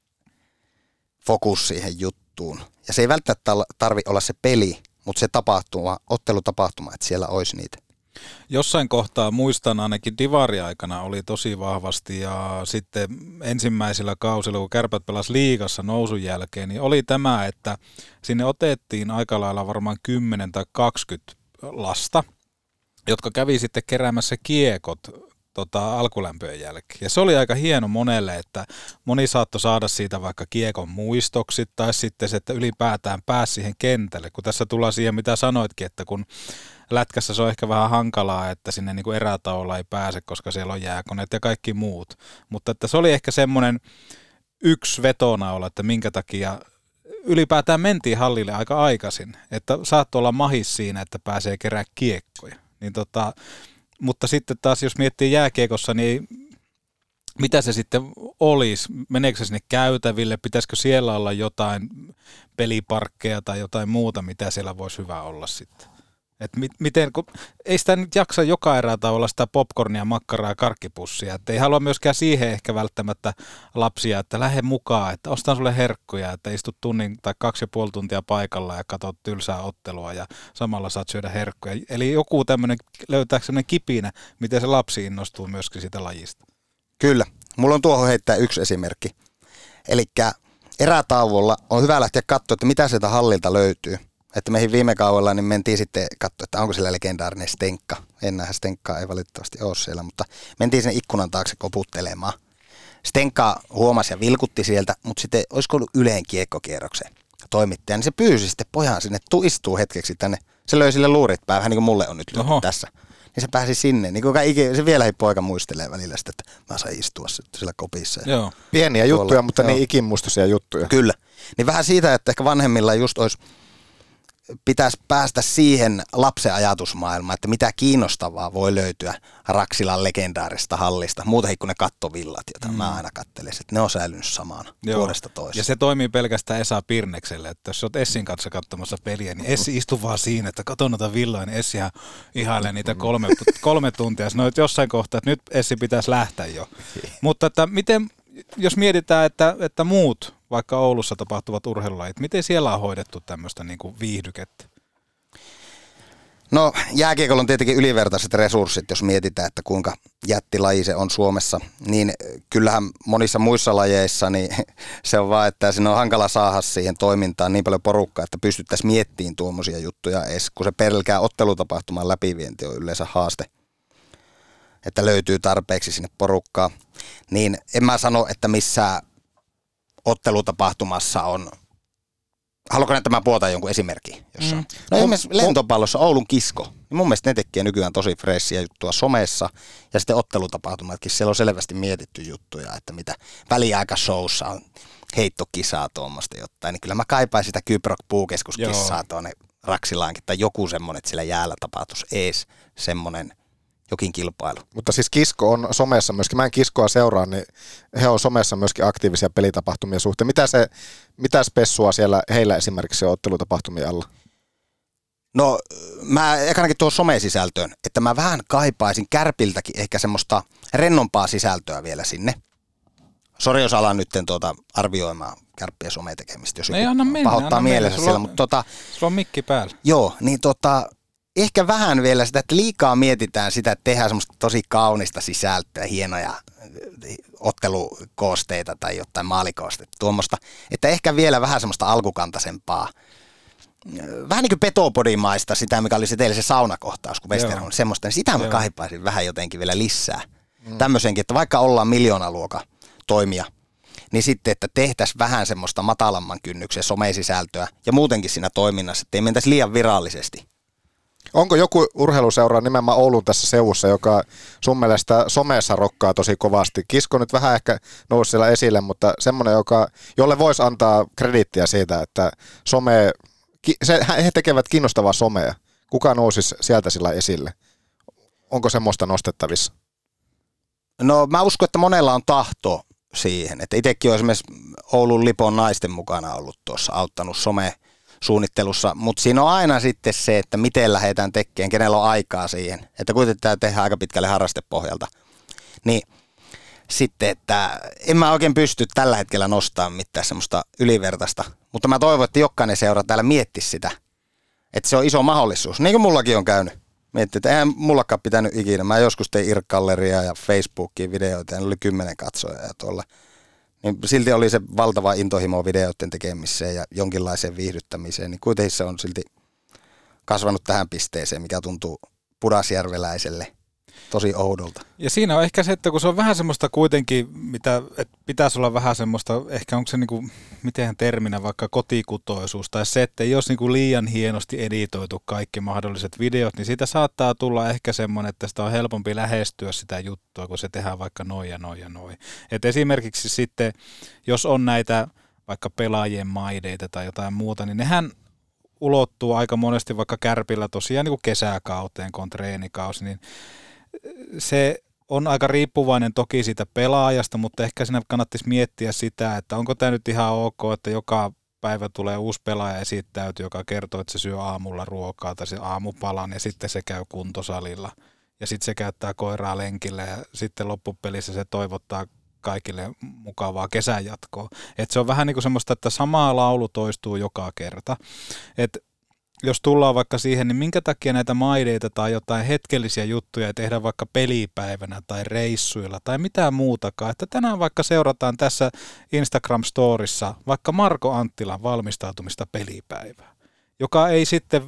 fokus siihen juttuun. Ja se ei välttämättä tarvitse olla se peli, mutta se tapahtuma, ottelutapahtuma, että siellä olisi niitä. Jossain kohtaa muistan ainakin divariaikana oli tosi vahvasti ja sitten ensimmäisillä kausilla, kun Kärpät pelasi liigassa nousun jälkeen, niin oli tämä, että sinne otettiin aika lailla varmaan kymmenen tai kaksikymmentä lasta, jotka kävi sitten keräämässä kiekot tota, alkulämpöjen jälkeen. Ja se oli aika hieno monelle, että moni saattoi saada siitä vaikka kiekon muistoksi tai sitten se, että ylipäätään pääsi siihen kentälle. Kun tässä tullaan siihen, mitä sanoitkin, että kun lätkässä se on ehkä vähän hankalaa, että sinne niin kuin erätauolla ei pääse, koska siellä on jääkoneet ja kaikki muut. Mutta että se oli ehkä semmoinen yksi vetonaula, että minkä takia ylipäätään mentiin hallille aika aikaisin. Että saattoi olla mahis siinä, että pääsee kerää kiekkoja. Niin tota, mutta sitten taas jos miettii jääkiekossa, niin mitä se sitten olisi? Meneekö se sinne käytäville? Pitäisikö siellä olla jotain peliparkkeja tai jotain muuta, mitä siellä voisi hyvä olla sitten? Et mi- miten, kun ei sitä nyt jaksa joka erätauolla sitä popcornia, makkaraa ja karkkipussia. Et ei halua myöskään siihen ehkä välttämättä lapsia, että lähde mukaan, että ostan sulle herkkuja, että istut tunnin tai kaksi ja puoli tuntia paikalla ja katsot tylsää ottelua ja samalla saat syödä herkkuja. Eli joku tämmöinen, löytääkö semmoinen kipinä, miten se lapsi innostuu myöskin siitä lajista? Kyllä. Mulla on tuohon heittää yksi esimerkki. Elikkä erätauolla on hyvä lähteä katsoa, että mitä sieltä hallilta löytyy. Että meihin viime kaudella niin mentiin sitten katsoa, että onko siellä legendaarinen Stenkka. Enää Stenkkaa ei valitettavasti ole siellä, mutta mentiin sen ikkunan taakse koputtelemaan. Stenkka huomasi ja vilkutti sieltä, mutta sitten olisiko ollut Yleen kiekkokierrokseen toimittaja, niin se pyysi sitten pojan sinne, tu istuu hetkeksi tänne. Se löi sille luurit päähän, vähän niin kuin mulle on nyt lyöty tässä. Niin se pääsi sinne, niin kuin se vielä poika muistelee välillä sitä, että mä sain istua sillä kopissa. Joo. Pieniä juttuja, tuolla, mutta joo. Niin ikimuistoisia juttuja. Kyllä. Niin vähän siitä, että ehkä vanhemmilla just olisi pitäisi päästä siihen lapsen ajatusmaailmaan, että mitä kiinnostavaa voi löytyä Raksilan legendaarista hallista, muutenkin kuin ne kattovillat, joita mm. mä aina katselisin, että ne on säilynyt samana vuodesta toiseen. Ja se toimii pelkästään Esa Pirnekselle, että jos olet Essin kanssa katsomassa peliä, niin Essi istuu vaan siinä, että kato noita villoja, niin Essihän ihailee niitä kolme, kolme tuntia. Sanoin, että jossain kohtaa, että nyt Essi pitäisi lähteä jo. Mutta että miten, jos mietitään, että, että muut vaikka Oulussa tapahtuvat urheilulajit, miten siellä on hoidettu tämmöistä niin kuin viihdykettä? No jääkiekolla on tietenkin ylivertaiset resurssit, jos mietitään, että kuinka jättilaji se on Suomessa, niin kyllähän monissa muissa lajeissa niin se on vaan, että siinä on hankala saada siihen toimintaan niin paljon porukkaa, että pystyttäisiin miettimään tuommoisia juttuja edes, kun se pelkää ottelutapahtuman läpivienti on yleensä haaste, että löytyy tarpeeksi sinne porukkaa, niin en mä sano, että missään ottelutapahtumassa on. Haluatko näitä mä puhutaan jonkun esimerkin jossain? Mm. No esimerkiksi lentopallossa Oulun Kisko. Mun mielestä ne tekee nykyään tosi fressiä juttua somessa. Ja sitten ottelutapahtumatkin. Siellä on selvästi mietitty juttuja, että mitä väliaikashowssa on heittokisaa tuommoista jotain. Niin kyllä mä kaipaisin sitä Kyprok puukeskuskissaa tuonne Raksilaankin. Tai joku semmoinen, että siellä jäällä tapahtuisi ees semmoinen jokin kilpailu. Mutta siis Kisko on somessa myöskin, mä en Kiskoa seuraa, niin he on somessa myöskin aktiivisia pelitapahtumia suhteen. Mitä se, mitä spessua siellä heillä esimerkiksi on ottelutapahtumia alla? No mä ekanakin tuohon somesisältöön, että mä vähän kaipaisin Kärpiltäkin ehkä semmoista rennompaa sisältöä vielä sinne. Sori jos alan nyt tuota arvioimaan Kärppien sometekemistä, jos joku pahoittaa mielessä siellä. Mutta tota, sulla on mikki päällä. Joo, niin tota ehkä vähän vielä sitä, että liikaa mietitään sitä, että tehdään semmoista tosi kaunista sisältöä, hienoja ottelukoosteita tai jotain maalikoosteita, tuommoista, että ehkä vielä vähän semmoista alkukantaisempaa, vähän niin kuin Petopodimaista, sitä mikä oli se teille se saunakohtaus, kun Westerholm, semmoista, niin sitä mä kaipaisin vähän jotenkin vielä lisää. Mm. Tämmöisenkin, että vaikka ollaan miljoonaluokan toimija, niin sitten, että tehtäisiin vähän semmoista matalamman kynnyksen somesisältöä ja muutenkin siinä toiminnassa, että ei mentäisi liian virallisesti. Onko joku urheiluseura nimenomaan Oulun tässä seudussa, joka sun mielestä somessa rokkaa tosi kovasti? Kisko nyt vähän ehkä nousi siellä esille, mutta semmoinen, joka, jolle voisi antaa krediittiä siitä, että some, se, he tekevät kiinnostavaa somea. Kuka nousisi sieltä sillä esille? Onko semmoista nostettavissa? No mä uskon, että monella on tahto siihen. Että itsekin olen esimerkiksi Oulun Lipon naisten mukana ollut tuossa auttanut some suunnittelussa, mutta siinä on aina sitten se, että miten lähdetään tekemään, kenellä on aikaa siihen, että kuitenkin tämä tehdään aika pitkälle harrastepohjalta. Niin sitten, että en mä oikein pysty tällä hetkellä nostamaan mitään semmoista ylivertaista, mutta mä toivon, että jokainen seura täällä miettisi sitä, että se on iso mahdollisuus, niin kuin mullakin on käynyt. Miettii, että eihän mullakaan pitänyt ikinä. Mä joskus tein Irk-galleria ja Facebookiin videoita ja ne oli kymmenen katsojaa tuolla. Niin silti oli se valtava intohimo videoiden tekemiseen ja jonkinlaiseen viihdyttämiseen, niin kuitenkin se on silti kasvanut tähän pisteeseen, mikä tuntuu pudasjärveläiselle tosi oudolta. Ja siinä on ehkä se, että kun se on vähän semmoista kuitenkin, mitä että pitäisi olla vähän semmoista, ehkä onko se niinku, miten terminä, vaikka kotikutoisuus tai se, että ei olisi niinku liian hienosti editoitu kaikki mahdolliset videot, niin siitä saattaa tulla ehkä semmoinen, että sitä on helpompi lähestyä sitä juttua, kun se tehdään vaikka noin ja noin ja noin. Et esimerkiksi sitten, jos on näitä vaikka pelaajien maideita tai jotain muuta, niin nehän ulottuu aika monesti vaikka Kärpillä tosiaan niin kuin kesäkauteen, kun on treenikausi, niin se on aika riippuvainen toki siitä pelaajasta, mutta ehkä siinä kannattaisi miettiä sitä, että onko tämä nyt ihan ok, että joka päivä tulee uusi pelaaja esittäytyy, joka kertoo, että se syö aamulla ruokaa tai se aamupalan ja sitten se käy kuntosalilla ja sitten se käyttää koiraa lenkillä ja sitten loppupelissä se toivottaa kaikille mukavaa kesänjatkoa. Et se on vähän niin kuin semmoista, että sama laulu toistuu joka kerta. Et jos tullaan vaikka siihen, niin minkä takia näitä maideita tai jotain hetkellisiä juttuja ei tehdä vaikka pelipäivänä tai reissuilla tai mitään muutakaan. Että tänään vaikka seurataan tässä Instagram-storissa vaikka Marko Anttilan valmistautumista pelipäivää, joka ei sitten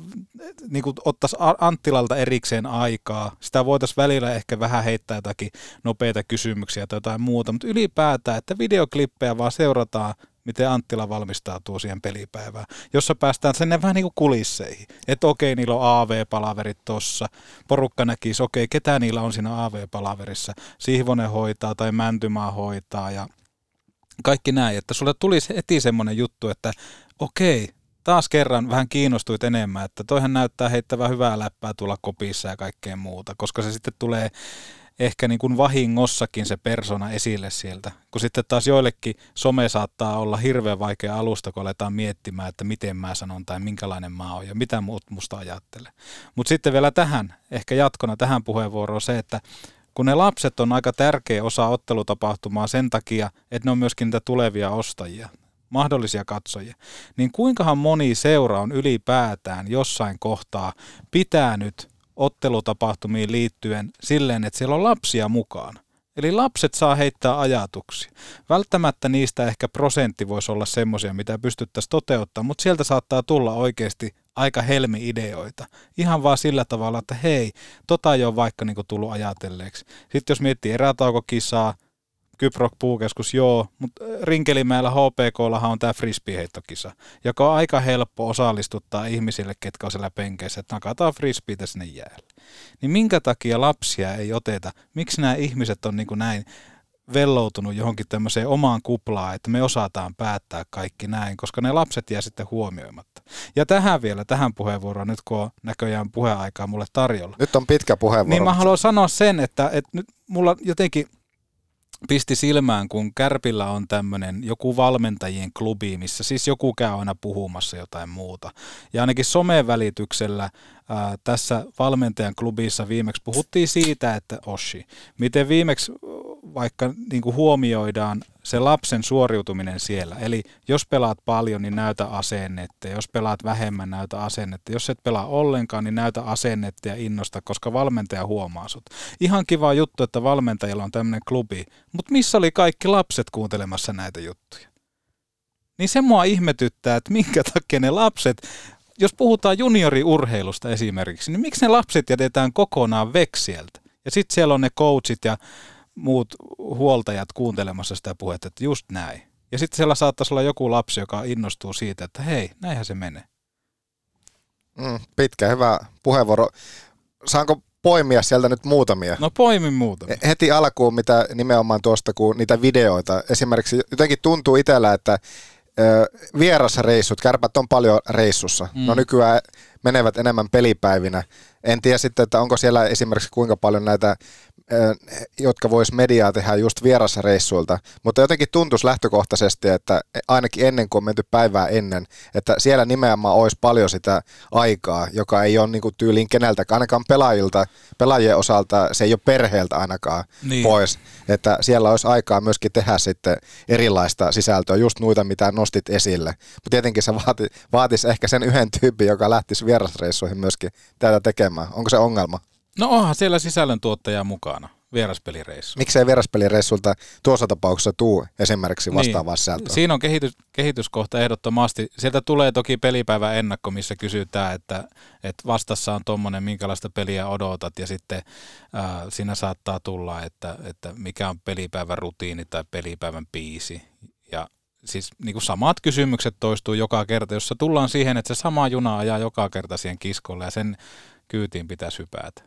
niin kuin ottaisi Anttilalta erikseen aikaa. Sitä voitaisiin välillä ehkä vähän heittää jotakin nopeita kysymyksiä tai jotain muuta, mutta ylipäätään, että videoklippejä vaan seurataan, miten Anttila valmistautuu siihen pelipäivään, jossa päästään sinne vähän niin kuin kulisseihin. Että okei, niillä on A V-palaverit tossa, porukka näkisi, okei, ketä niillä on siinä A V-palaverissa, Sihvonen hoitaa tai Mäntymaa hoitaa ja kaikki näin, että sulle tulisi heti semmoinen juttu, että okei, taas kerran vähän kiinnostuit enemmän, että toihan näyttää heittävän hyvää läppää tulla kopissa ja kaikkea muuta, koska se sitten tulee ehkä niin kuin vahingossakin se persona esille sieltä, kun sitten taas joillekin some saattaa olla hirveän vaikea alusta, kun aletaan miettimään, että miten mä sanon tai minkälainen mä oon ja mitä muut musta ajattelee. Mutta sitten vielä tähän, ehkä jatkona tähän puheenvuoroon se, että kun ne lapset on aika tärkeä osa ottelutapahtumaa sen takia, että ne on myöskin niitä tulevia ostajia, mahdollisia katsojia, niin kuinkahan moni seura on ylipäätään jossain kohtaa pitänyt ottelutapahtumiin liittyen silleen, että siellä on lapsia mukaan. Eli lapset saa heittää ajatuksia. Välttämättä niistä ehkä prosentti voisi olla semmoisia, mitä pystyttäisiin toteuttamaan, mutta sieltä saattaa tulla oikeasti aika helmi-ideoita. Ihan vaan sillä tavalla, että hei, tota ei ole vaikka niinku tullut ajatelleeksi. Sitten jos miettii erätaukokisaa, Kyprok Puukeskus, joo, mutta Rinkelimäellä H P K:llahan on tämä frisbee-heittokisa, joka on aika helppo osallistuttaa ihmisille, ketkä on siellä penkeissä, että nakataan frisbeitä sinne jäälle. Niin minkä takia lapsia ei oteta? Miksi nämä ihmiset on niin kuin näin velloutunut johonkin tämmöiseen omaan kuplaan, että me osataan päättää kaikki näin, koska ne lapset jää sitten huomioimatta. Ja tähän vielä, tähän puheenvuoroon, nyt kun on näköjään puheaikaa mulle tarjolla. Nyt on pitkä puheenvuoro. Niin mä haluan sanoa sen, että, että nyt mulla jotenkin pisti silmään, kun Kärpillä on tämmöinen joku valmentajien klubi, missä siis joku käy aina puhumassa jotain muuta. Ja ainakin somen välityksellä ää, tässä valmentajan klubissa viimeksi puhuttiin siitä, että Oshi, miten viimeksi vaikka niin kuin huomioidaan se lapsen suoriutuminen siellä. Eli jos pelaat paljon, niin näytä asennetta. Jos pelaat vähemmän, näytä asennetta. Jos et pelaa ollenkaan, niin näytä asennetta ja innosta, koska valmentaja huomaa sut. Ihan kiva juttu, että valmentajilla on tämmöinen klubi, mutta missä oli kaikki lapset kuuntelemassa näitä juttuja? Niin se mua ihmetyttää, että minkä takia ne lapset, jos puhutaan junioriurheilusta esimerkiksi, niin miksi ne lapset jätetään kokonaan veksieltä? Ja sitten siellä on ne coachit ja muut huoltajat kuuntelemassa sitä puhetta, että just näin. Ja sitten siellä saattaisi olla joku lapsi, joka innostuu siitä, että hei, näinhän se menee. Mm, pitkä, hyvä puheenvuoro. Saanko poimia sieltä nyt muutamia? No poimin muutamia. Heti alkuun, mitä nimenomaan tuosta, kun niitä videoita, esimerkiksi jotenkin tuntuu itsellä, että vierasreissut, Kärpät on paljon reissussa. Mm. No nykyään menevät enemmän pelipäivinä. En tiedä sitten, että onko siellä esimerkiksi kuinka paljon näitä, jotka vois mediaa tehdä just vierasreissuilta, mutta jotenkin tuntuisi lähtökohtaisesti, että ainakin ennen kuin on menty päivää ennen, että siellä nimenomaan olisi paljon sitä aikaa, joka ei ole niinku tyyliin keneltäkään, ainakaan pelaajilta, pelaajien osalta se ei ole perheeltä ainakaan niin pois, että siellä olisi aikaa myöskin tehdä sitten erilaista sisältöä, just noita mitä nostit esille, mutta tietenkin se vaati, vaatisi ehkä sen yhden tyypin, joka lähtisi vierasreissuihin myöskin tätä tekemään. Onko se ongelma? No onhan siellä sisällöntuottaja mukana vieraspelireissu. Miksei vieraspelireissulta tuossa tapauksessa tuu esimerkiksi vastaavaa niin sisältöä? Siinä on kehitys, kehityskohta ehdottomasti. Sieltä tulee toki pelipäivän ennakko, missä kysytään, että, että vastassa on tuommoinen, minkälaista peliä odotat, ja sitten äh, siinä saattaa tulla, että, että mikä on pelipäivän rutiini tai pelipäivän biisi. Ja siis niin kuin samat kysymykset toistuu joka kerta, jossa tullaan siihen, että se sama juna ajaa joka kerta siihen kiskolle, ja sen kyytiin pitäisi hypätä.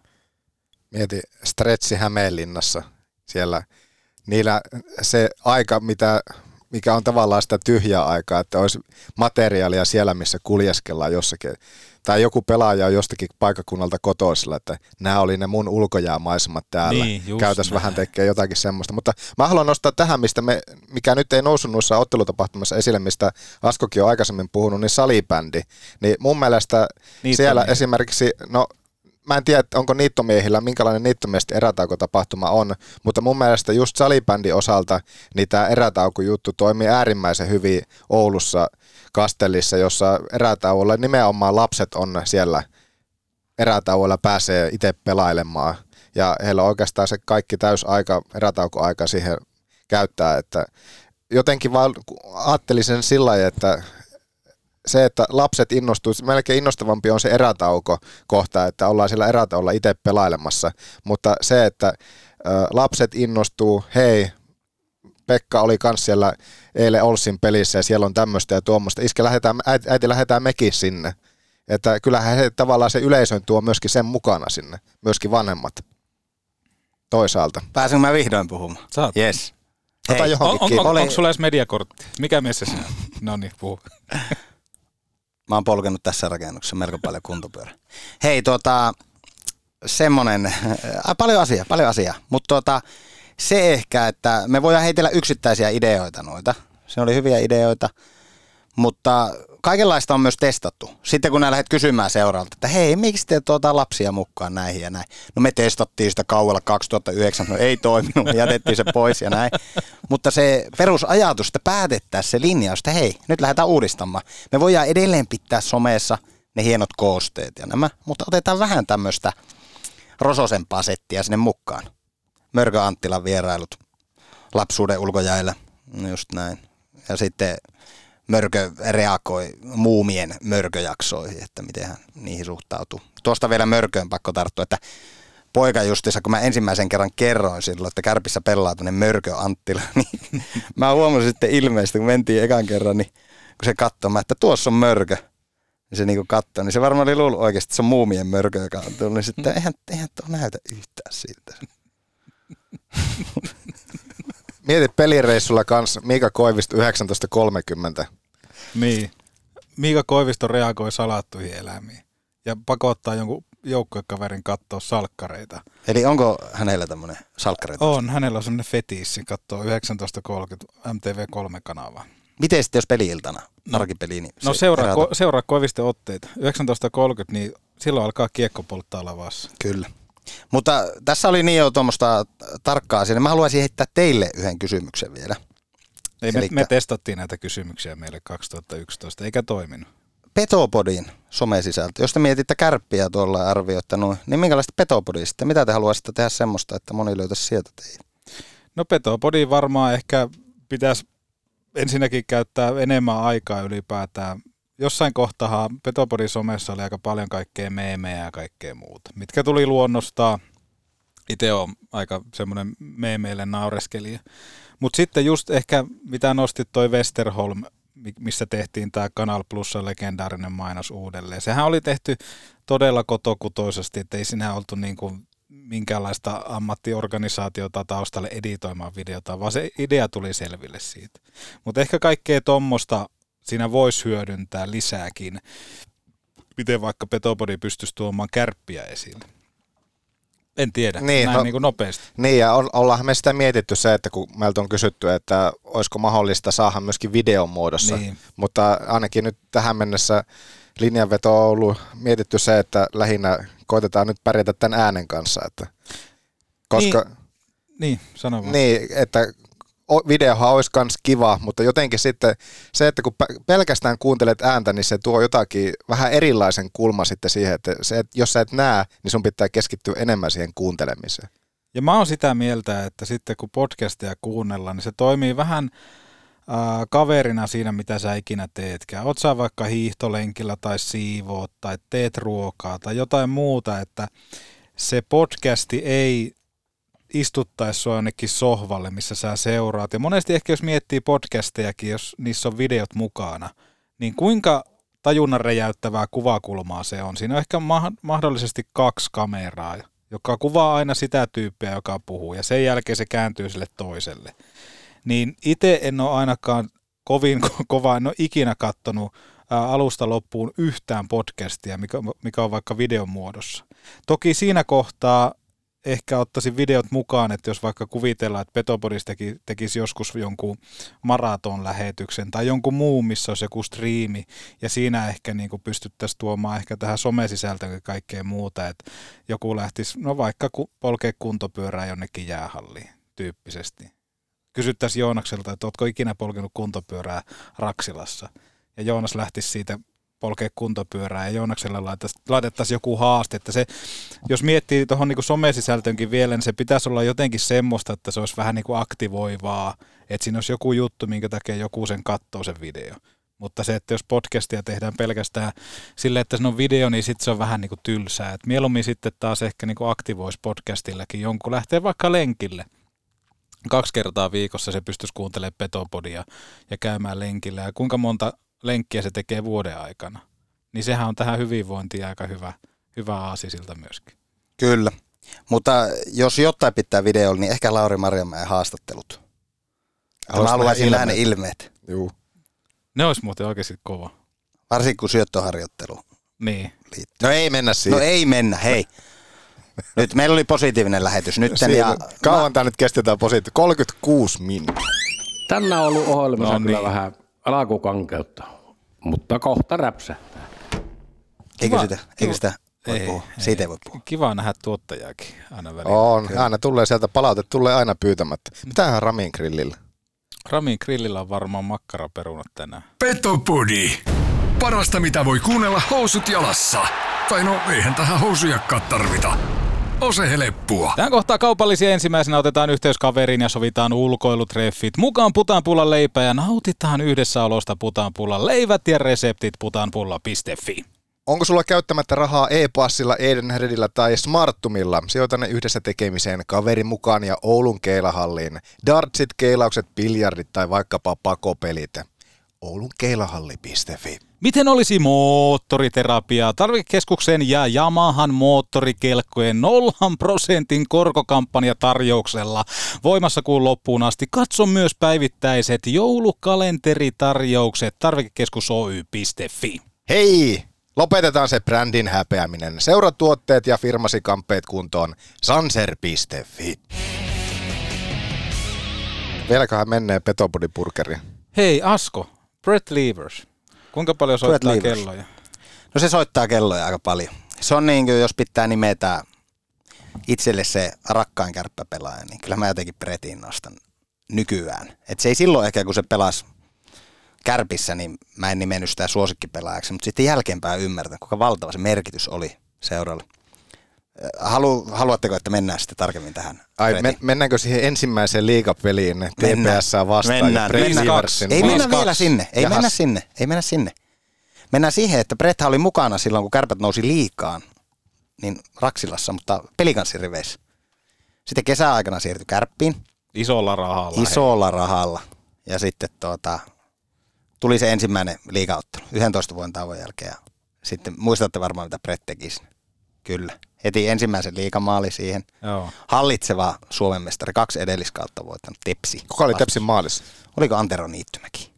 Mieti stretchi Hämeenlinnassa siellä. Niillä se aika, mitä, mikä on tavallaan sitä tyhjää aikaa, että olisi materiaalia siellä, missä kuljeskellaan jossakin. Tai joku pelaaja on jostakin paikkakunnalta kotoisella, että nämä oli ne mun ulkojäämaisemat täällä. Niin, käytäisiin vähän tekemään jotakin semmoista. Mutta mä haluan nostaa tähän, mistä me, mikä nyt ei noussut noissa ottelutapahtumassa esille, mistä Askokin on aikaisemmin puhunut, niin salibändi. Niin mun mielestä Niittomiehen. Siellä esimerkiksi, no mä en tiedä, onko niittomiehillä, minkälainen niittomiesten erätaukotapahtuma on, mutta mun mielestä just salibändin osalta niin tämä erätaukojuttu toimii äärimmäisen hyvin Oulussa Kastellissa, jossa erätauolla nimenomaan lapset on siellä erätauolla, pääsee itse pelailemaan ja heillä on oikeastaan se kaikki täysaika, erätaukoaika siihen käyttää, että jotenkin vaan ajattelisin sillä lailla, että se, että lapset innostuu, melkein innostavampi on se erätauko kohta, että ollaan siellä erätauolla itse pelailemassa, mutta se, että ä, lapset innostuu, hei, Pekka oli kans siellä eilen Olssin pelissä ja siellä on tämmöistä ja tuommoista, iskä lähdetään, äiti, äiti lähdetään mekin sinne, että kyllähän he tavallaan se yleisön tuo myöskin sen mukana sinne, myöskin vanhemmat toisaalta. Pääsenkö mä vihdoin puhumaan? Saat. Yes. Hei, on, on, on, oli... Onko sulla edes mediakortti? Mikä mies se sinä? No niin, puhu. Mä oon polkenut tässä rakennuksessa melko paljon kuntopyörä. Hei, tuota, semmonen, äh, paljon asiaa, paljon asiaa, mutta tuota, se ehkä, että me voidaan heitellä yksittäisiä ideoita noita. Se oli hyviä ideoita, mutta kaikenlaista on myös testattu. Sitten kun nää lähdet kysymään seuraalta, että hei, miksi te tuota lapsia mukaan näihin ja näin. No me testattiin sitä kaualla kaksituhattayhdeksän, no ei toiminut, me jätettiin se pois ja näin. Mutta se perusajatus, että päätettäisiin se linjaus, että hei, nyt lähdetään uudistamaan. Me voidaan edelleen pitää somessa ne hienot koosteet ja nämä, mutta otetaan vähän tämmöistä rososempaa settiä sinne mukaan. Mörkö Anttilan vierailut lapsuuden ulkojäillä, just näin. Ja sitten Mörkö reagoi muumien mörköjaksoihin, että miten hän niihin suhtautuu. Tuosta vielä Mörköön pakko tarttua, että poika justissa, kun mä ensimmäisen kerran kerroin silloin, että Kärpissä pelaa tuonne Mörkö Anttila, niin mä huomasin sitten ilmeisesti, kun mentiin ekan kerran, niin kun se katsoi, että tuossa on Mörkö, niin se niinku katsoi, niin se varmaan oli luullut oikeasti, että se on muumien Mörkö, joka on tullut, niin sitten eihän, eihän tuo näytä yhtään siltä. Mietit pelireissulla kanssa Miika Koivisto yhdeksäntoista kolmekymmentä. Niin. Miika Koivisto reagoi salattuihin eläimiin ja pakottaa jonkun joukkuekaverin katsoa salkkareita. Eli onko hänellä tämmöinen salkkareita? On, hänellä on semmoinen fetissi katsoa yhdeksäntoista kolmekymmentä M T V kolme kanavaa. Miten sitten jos peli-iltana, arkipeli? Niin no seuraa, ko, seuraa Koiviston otteita. yhdeksäntoista kolmekymmentä, niin silloin alkaa kiekko polttaa lavassa. Kyllä. Mutta tässä oli niin jo tuommoista tarkkaa asiaa. Mä haluaisin heittää teille yhden kysymyksen vielä. Ei, Elikkä... me, me testattiin näitä kysymyksiä meille kaksituhattayksitoista, eikä toiminut. Petopodin somesisältö. Jos te mietitte kärppiä tuolla ja arvioitte noin, niin minkälaista Petopodi sitten? Mitä te haluaisitte tehdä semmoista, että moni löytäisi sieltä teitä? No Petopodi varmaan ehkä pitäisi ensinnäkin käyttää enemmän aikaa ylipäätään. Jossain kohtaa Petopodin somessa oli aika paljon kaikkea meemejä ja kaikkea muuta, mitkä tuli luonnostaan. Itse on aika semmoinen meemeille naureskelija. Mutta sitten just ehkä, mitä nostit toi Westerholm, missä tehtiin tämä Kanal Plusan legendaarinen mainos uudelleen. Sehän oli tehty todella kotokutoisesti, että ei siinä oltu niin kuin minkäänlaista ammattiorganisaatiota taustalle editoimaan videota, vaan se idea tuli selville siitä. Mutta ehkä kaikkea tuommoista siinä voisi hyödyntää lisääkin, miten vaikka Petopodi pystyisi tuomaan kärppiä esille. En tiedä, niin, näin no, niin kuin nopeasti. Niin, ja ollaanhan me sitä mietitty se, että kun meiltä on kysytty, että olisiko mahdollista saada myöskin videon muodossa, niin. Mutta ainakin nyt tähän mennessä linjanveto on ollut mietitty se, että lähinnä koitetaan nyt pärjätä tämän äänen kanssa, että koska... Niin, niin sano vaan. Niin, että videohan olisi myös kiva, mutta jotenkin sitten se, että kun pelkästään kuuntelet ääntä, niin se tuo jotakin vähän erilaisen kulma sitten siihen, että se, että jos sä et näe, niin sun pitää keskittyä enemmän siihen kuuntelemiseen. Ja mä oon sitä mieltä, että sitten kun podcastia kuunnellaan, niin se toimii vähän äh, kaverina siinä, mitä sä ikinä teetkään. Oot sä vaikka hiihtolenkillä tai siivoot tai teet ruokaa tai jotain muuta, että se podcasti ei istuttaisi sua jonnekin sohvalle, missä sä seuraat. Ja monesti ehkä jos miettii podcastejakin, jos niissä on videot mukana, niin kuinka tajunnan räjäyttävää kuvakulmaa se on. Siinä on ehkä ma- mahdollisesti kaksi kameraa, joka kuvaa aina sitä tyyppiä, joka puhuu, ja sen jälkeen se kääntyy sille toiselle. Niin itse en ole ainakaan kovin kova, en ole ikinä kattonut alusta loppuun yhtään podcastia, mikä, mikä on vaikka videon muodossa. Toki siinä kohtaa ehkä ottaisin videot mukaan, että jos vaikka kuvitellaan, että Petopodis teki, tekisi joskus jonkun maratonlähetyksen tai jonkun muun, missä olisi joku striimi, ja siinä ehkä niin kuin pystyttäisiin tuomaan ehkä tähän somesisältöön ja kaikkea muuta, että joku lähtisi, no vaikka polkea kuntopyörää jonnekin jäähalliin tyyppisesti. Kysyttäisiin Joonakselta, että ootko ikinä polkenut kuntopyörää Raksilassa, ja Joonas lähtisi siitä polkea kuntopyörää ja Joonakselle laitettaisiin joku haaste, että se, jos miettii tuohon niin somesisältöönkin vielä, niin se pitäisi olla jotenkin semmoista, että se olisi vähän niin kuin aktivoivaa, että siinä olisi joku juttu, minkä takia joku sen katsoo sen video. Mutta se, että jos podcastia tehdään pelkästään silleen, että se on video, niin sitten se on vähän niin kuin tylsää. Et mieluummin sitten taas ehkä niin kuin aktivoisi podcastillakin jonkun lähtee vaikka lenkille. Kaksi kertaa viikossa se pystyisi kuuntelemaan Petopodia ja käymään lenkillä. Ja kuinka monta lenkkiä se tekee vuoden aikana, niin sehän on tähän hyvinvointiin aika hyvä, hyvä aasisilta myöskin. Kyllä, mutta jos jotain pitää videolla, niin ehkä Lauri Marjamäen haastattelut. Mä haluaisin nähdä ne ilmeet. Juu. Ne olisi muuten oikeasti kova. Varsinkin kun syöttöharjoittelu. Niin. Liittyy. No ei mennä siihen. No ei mennä, hei. Nyt meillä oli positiivinen lähetys. Nyt ja... Kauan tämä nyt kestetään positiivinen? kolmekymmentäkuusi minuuttia. Tänään on ollut ohjelmassa no kyllä niin. vähän alkukankeutta, mutta kohta räpsähtää. Eikö sitä, eikö sitä voi ei, puhua? Ei. Siitä ei voi puhua. Kiva nähdä tuottajaakin aina välillä. On, aina tulee sieltä palaute, tulee aina pyytämättä. Mitähän Ramin grillillä? Ramin grillillä on varmaan makkaraperunat tänään. Petopodi. Parasta mitä voi kuunnella housut jalassa. Tai no eihän tähän housujakkaan tarvita. Ose heleppua. Tähän kohtaa kaupallisia ensimmäisenä otetaan yhteys kaveriin ja sovitaan ulkoilutreffit. Mukaan Putanpullan leipää ja nautitaan yhdessä olosta Putanpullan leivät ja reseptit putanpulla piste fi. Onko sulla käyttämättä rahaa e-passilla, Edenredillä tai Smarttumilla? Sijoita ne yhdessä tekemiseen kaverin mukaan ja Oulun keilahalliin. Dartsit, keilaukset, biljardit tai vaikkapa pakopelit. oulun keilahalli piste fi. Miten olisi moottoriterapia? Tarvikekeskuksen ja Yamahan moottorikelkkojen nollan prosentin korkokampanja tarjouksella voimassa kuun loppuun asti. Katso myös päivittäiset joulukalenteritarjoukset tarvikekeskus oy piste fi. Hei! Lopetetaan se brändin häpeäminen. Seuraa tuotteet ja firmasi kamppeet kuntoon. sanser piste fi. Vieläköhän menee Petopodi-burgeri. Hei Asko, Brett Levers. Kuinka paljon soittaa kelloja? No se soittaa kelloja aika paljon. Se on niin kuin, jos pitää nimetä itselle se rakkain kärppäpelaaja, niin kyllä mä jotenkin Brettin nostan nykyään. Et se ei silloin ehkä, kun se pelasi Kärpissä, niin mä en nimennyt sitä suosikkipelaajaksi, mutta sitten jälkeenpäin ymmärtän, kuinka valtava se merkitys oli seuralle. Halu, haluatteko, että mennään sitten tarkemmin tähän? Ai, men, mennäänkö siihen ensimmäiseen liigapeliin T P S vastaan? Mennään, mennään. Ei mennä vielä sinne, ei Jahas. mennä sinne, ei mennä sinne. Mennään siihen, että Brethän oli mukana silloin, kun Kärpät nousi liikaan, niin Raksilassa, mutta pelikanssiriveissä. Sitten kesäaikana siirtyi Kärppiin. Isolla rahalla. Isolla hei. rahalla. Ja sitten tuota, tuli se ensimmäinen liigaottelu yhdentoista vuoden tauon jälkeen. Ja sitten muistatte varmaan, mitä Brett teki sinne. Kyllä. Heti ensimmäisen liigamaali siihen. Joo. Hallitseva Suomen mestari, kaksi edelliskautta voittanut Tepsi. Kuka oli Tepsin maalissa? Oliko Antero Niittymäki?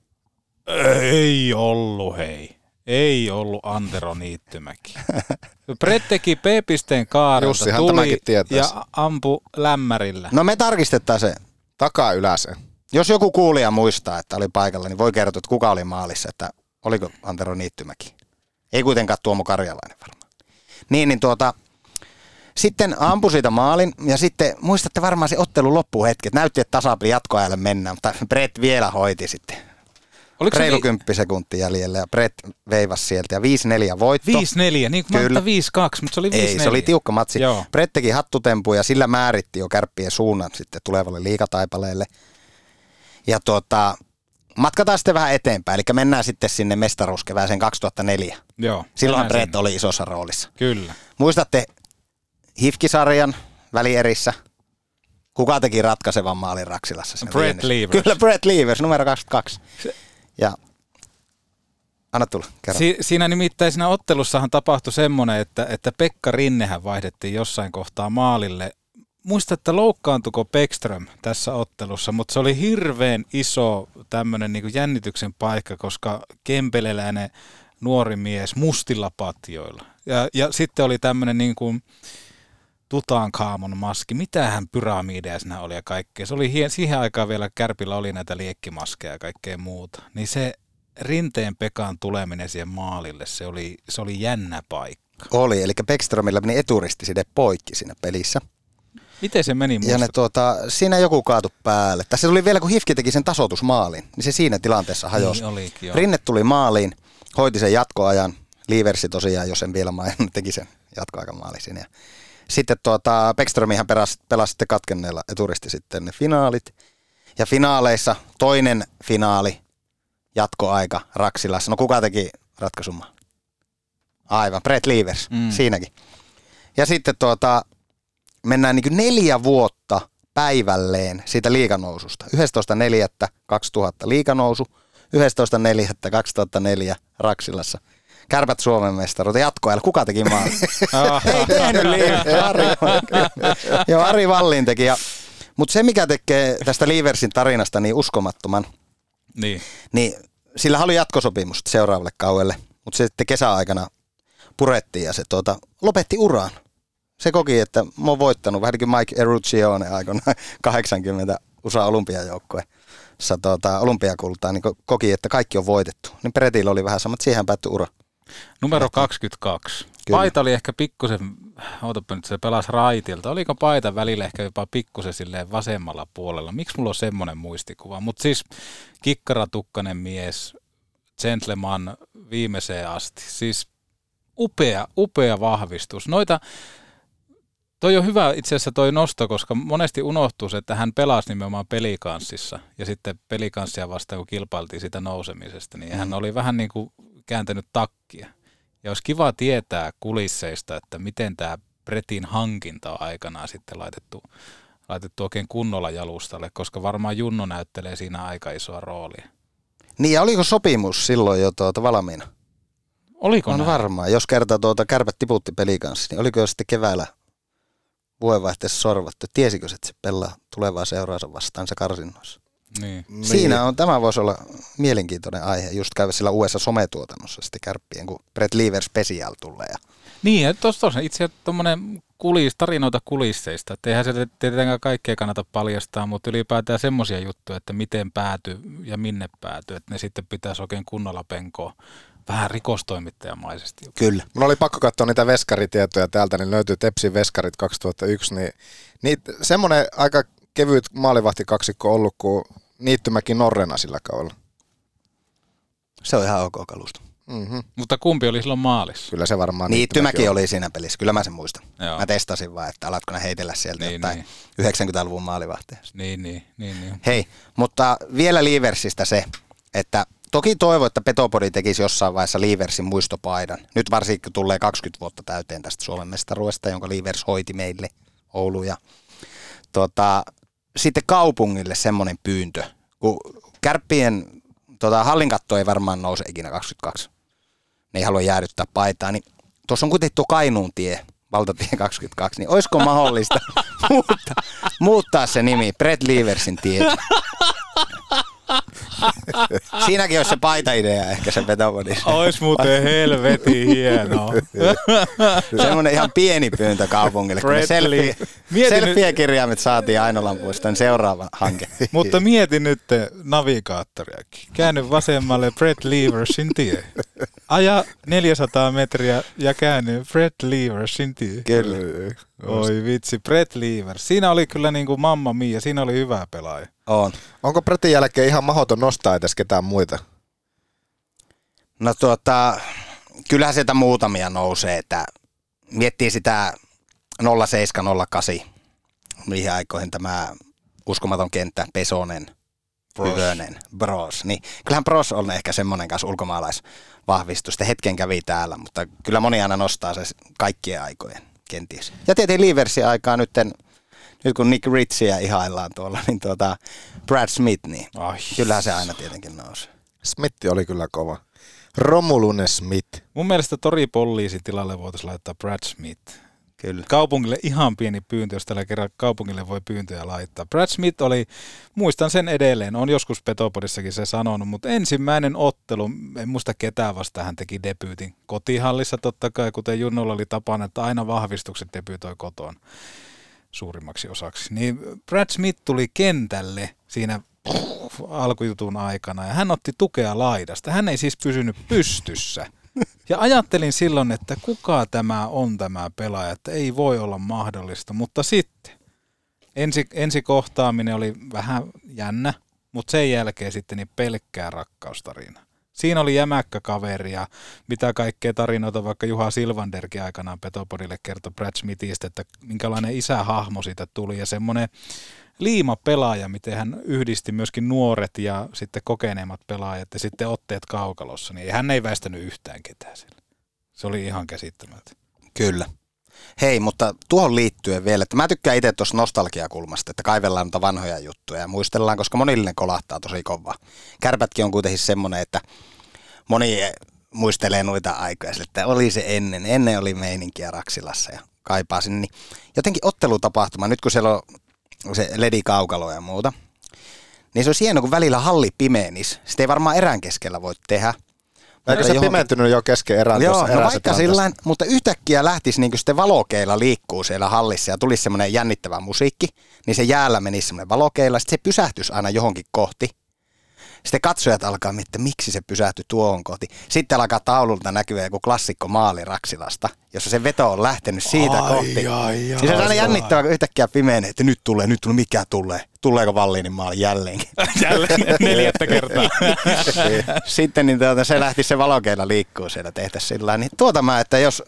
Ei ollut, hei. Ei ollut Antero Niittymäki. Brett teki P-pisteen kaarelta, Jussihan tuli ja ampui lämmärillä. No me tarkistetaan se. Takaa yläseen. Jos joku kuulija muistaa, että oli paikalla, niin voi kertoa, että kuka oli maalissa, että oliko Antero Niittymäki. Ei kuitenkaan Tuomo Karjalainen varmaan. Niin, niin tuota, sitten ampui siitä maalin ja sitten muistatte varmaan se ottelun loppuhetki, että näytti, että tasapeli jatkoajalle mennään, mutta Brett vielä hoiti sitten. Oliko reilu vi- kymppi sekuntia jäljellä ja Brett veivasi sieltä ja viisi neljä voitto. viisi neljä, niin kuin mä viisi kaksi, mutta se oli viisi neljä. Ei, se oli tiukka matsi. Joo. Brett teki hattutempu ja sillä määritti jo Kärppien suunnan sitten tulevalle liigataipaleelle. Ja tuota, matkataan sitten vähän eteenpäin, eli mennään sitten sinne mestaruuskevääseen kaksituhattaneljä. Joo. Silloin Brett sinne oli isossa roolissa. Kyllä. Muistatte H I F K-sarjan välierissä? Kuka teki ratkaisevan maalin Raksilassa? Brett Leavers. Kyllä, Brett Leavers, numero kaksikymmentäkaksi. Se ja anna tulla, kerro. Si- siinä nimittäin siinä ottelussahan tapahtui semmoinen, että, että Pekka Rinnehän vaihdettiin jossain kohtaa maalille. Muista, että loukkaantuiko Bäckström tässä ottelussa, mutta se oli hirveän iso tämmöinen niin kuin jännityksen paikka, koska kempeleläinen nuori mies mustilla patjoilla. Ja, ja sitten oli tämmöinen niin kuin Tutankhamon maski, mitähän pyramideja siinä oli ja kaikkea. Se oli hien, siihen aikaan vielä Kärpillä oli näitä liekkimaskeja ja kaikkea muuta. Niin se Rinteen Pekan tuleminen siihen maalille, se oli, se oli jännä paikka. Oli, eli Bäckströmillä meni eturisti sinne poikki siinä pelissä. Miten se meni musta? Ja ne, tuota, siinä joku kaatu päälle. Tässä tuli vielä, kun H I F K teki sen tasoitusmaalin, niin se siinä tilanteessa hajosi. Niin Rinne tuli maaliin, hoiti sen jatkoajan. Leaversi tosiaan, jos en vielä maininnut, teki sen jatkoaikamaali siinä. Sitten tuota, Bäckströmihän pelasi, pelasi sitten katkenneella eturisti sitten ne finaalit. Ja finaaleissa toinen finaali, jatkoaika Raksilassa. No kuka teki ratkaisumaan? Aivan, Brett Leavers, mm. siinäkin. Ja sitten tuota, mennään niin kuin neljä vuotta päivälleen siitä liiganoususta. yhdestoista neljättä kaksituhatta liiganousu, yhdestoista neljättä kaksituhattaneljä Raksilassa. Kärpät Suomen mestaruutta jatkoajalla. Kuka teki maalin? Ei tehnyt liikaa. Ari, Joo, Ari Vallin teki. Mutta se, mikä tekee tästä Leaversin tarinasta niin uskomattoman, niin, niin sillä oli jatkosopimus seuraavalle kaudelle, mutta se sitten kesäaikana purettiin ja se tuota, lopetti uraan. Se koki, että mä oon voittanut, vähän niin kuin Mike Eruccione aikoinaan kahdeksankymmentä U S A-olympiajoukkoja. Tuota, olympiakultaa, niin koki, että kaikki on voitettu. Niin Brettillä oli vähän sama, että siihen päättyi ura. Numero kaksikymmentäkaksi. Kyllä. Paita oli ehkä pikkusen, ootapa nyt, se pelasi raitilta. Oliko paita välillä ehkä jopa pikkusen silleen vasemmalla puolella? Miksi mulla on semmoinen muistikuva? Mutta siis kikkaratukkainen mies, gentleman viimeiseen asti. Siis upea, upea vahvistus. Noita, toi on hyvä itse asiassa toi nosto, koska monesti unohtuu se, että hän pelasi nimenomaan pelikanssissa. Ja sitten pelikanssia vastaan, kun kilpailtiin sitä nousemisesta, niin hän oli vähän niin kuin kääntänyt takkia. Ja olisi kiva tietää kulisseista, että miten tämä Brettin hankinta on aikanaan sitten laitettu, laitettu oikein kunnolla jalustalle, koska varmaan Junno näyttelee siinä aika isoa roolia. Niin ja oliko sopimus silloin jo tuota valmiina? Oliko on näin? Varmaan. Jos kerta tuota Kärpät tiputti pelikanssi, niin oliko jo sitten keväällä vuodenvaihteessa sorvattu? Tiesikö se, että se pelaa tulevaa seuraansa vastaan se karsinnoissa? Niin. Siinä on, tämä voisi olla mielenkiintoinen aihe, just käydä sillä uudessa sometuotannossa sitten Kärppien, kun Brett Leavers Special tulee. Ja niin, ja tuossa on itse asiassa tuommoinen kulis, tarinoita kulisseista, että eihän se tietenkään kaikkea kannata paljastaa, mutta ylipäätään semmoisia juttuja, että miten päätyy ja minne päätyy, että ne sitten pitäisi oikein kunnolla penkoa vähän rikostoimittajamaisesti. Kyllä. Mulla oli pakko katsoa niitä veskaritietoja täältä, niin löytyy Tepsin veskarit kaksituhattayksi, niin, niin semmoinen aika kevyt maalivahtikaksikko ollut kuin Niittymäki Norrena sillä kaudella. Se on ihan ok kalusto. Mm-hmm. Mutta kumpi oli silloin maalissa? Kyllä se varmaan Niittymäki, Niittymäki oli siinä pelissä, kyllä mä sen muistan. Joo. Mä testasin vaan, että alatko ne heitellä sieltä niin, jotain niin. yhdeksänkymmentäluvun maalivahteja. Niin, niin, niin, niin. Hei, mutta vielä Leaversistä se, että toki toivon, että Petopodi tekisi jossain vaiheessa Leaversin muistopaidan. Nyt varsinkin kun tulee kaksikymmentä vuotta täyteen tästä Suomen mestaruudesta, jonka Leavers hoiti meille Oulu. Ja, tuota, sitten kaupungille semmoinen pyyntö, kun Kärppien tota, hallinkatto ei varmaan nouse ikinä kaksikymmentäkaksi. Ne ei halua jäädyttää paitaa, niin tuossa on kuitenkin tuo Kainuun tie, valtatie kaksikymmentäkaksi, niin olisiko mahdollista muuttaa, muuttaa se nimi Brett Leaversin tie? Siinäkin olisi se paita-idea ehkä se Petopodissa. Ois muuten helvetin hienoa. Semmoinen ihan pieni pyyntö kaupungille, kun ne selfie, selfie-kirjaimet saatiin Ainolan puiston seuraava hanke. Mutta mieti nyt navigaattoriakin. Käänny vasemmalle Brett Leaversin tie. Aja neljäsataa metriä ja käänny Brett Leaversin tie. Kyllä. Oi vitsi, Brett Leavers. Siinä oli kyllä niin kuin Mamma Mia, siinä oli hyvä pelaaja. On. Onko Brettin jälkeen ihan mahdoton nostaa edes ketään muita? No tuota, kyllähän sieltä muutamia nousee, että miettii sitä nolla seitsemän nolla kahdeksan, mihin aikoihin tämä uskomaton kenttä, Pesonen, Hyvönen, Bros. Niin, kyllähän Bros on ehkä semmoinen kanssa ulkomaalaisvahvistus. Sitten hetken kävi täällä, mutta kyllä moni aina nostaa se kaikkien aikojen kenties. Ja tietenkin Leaversin aikaa nytten, nyt kun Nick Ritchieä ihaillaan tuolla, niin tuota Brad Smith, niin Ai. kyllähän se aina tietenkin nousee. Smith oli kyllä kova. Romulunen Smith. Mun mielestä Tori Poliisin tilalle voitaisiin laittaa Brad Smith. Kyllä. Kaupungille ihan pieni pyyntö, jos tällä kerran kaupungille voi pyyntöjä laittaa. Brad Smith oli, muistan sen edelleen, on joskus Petopodissakin se sanonut, mutta ensimmäinen ottelu, en muista ketään vasta hän teki debyytin kotihallissa totta kai, kuten Junnolla oli tapana, että aina vahvistukset debyytoi kotoon suurimmaksi osaksi. Niin Brad Smith tuli kentälle siinä alkujutun aikana ja hän otti tukea laidasta. Hän ei siis pysynyt pystyssä. Ja ajattelin silloin, että kuka tämä on tämä pelaaja, että ei voi olla mahdollista, mutta sitten ensi, ensi kohtaaminen oli vähän jännä, mutta sen jälkeen sitten niin pelkkää rakkaustarina. Siinä oli jämäkkä kaveri ja mitä kaikkea tarinoita vaikka Juha Silvanderkin aikanaan Petopodille kertoi Brad Smithistä, että minkälainen isähahmo siitä tuli ja semmoinen liimapelaaja, miten hän yhdisti myöskin nuoret ja sitten kokeneemmat pelaajat ja sitten otteet kaukalossa, niin hän ei väistänyt yhtään ketään siellä. Se oli ihan käsittämätöntä. Kyllä. Hei, mutta tuohon liittyen vielä, että mä tykkään itse tuossa nostalgiakulmasta, että kaivellaan noita vanhoja juttuja ja muistellaan, koska monille ne kolahtaa tosi kovaa. Kärpätkin on kuitenkin semmoinen, että moni muistelee noita aikoja, että oli se ennen, ennen oli meininkiä Raksilassa ja kaipaa sinne. Niin jotenkin ottelutapahtuma, nyt kun siellä on se ledikaukalo ja muuta, niin se on hienoa, kun välillä halli pimeenisi. Sitä ei varmaan erään keskellä voi tehdä. Eikö se johonkin pimentynyt jo kesken erään? Joo, no vaikka sillain, mutta yhtäkkiä lähtisi niin sitten valokeilla liikkuu siellä hallissa ja tulisi semmoinen jännittävä musiikki, niin se jäällä menisi semmoinen valokeilla, sitten se pysähtyisi aina johonkin kohti. Sitten katsojat alkaa miettiä, miksi se pysähtyi tuohon kohti. Sitten alkaa taululta näkyä joku klassikko maali Raksilasta, jossa se veto on lähtenyt siitä ai, kohti. Ai, ai, niin se on aina jännittävä, kun yhtäkkiä pimenee, että nyt tulee, nyt tulee, mikä tulee. Tuleeko Vallinin maali jälleenkin? Jälleen neljättä kertaa. Sitten niin tuota, se lähti se valokeilla liikkuu siellä tehtäisiin sillä niin tuota mä, että jos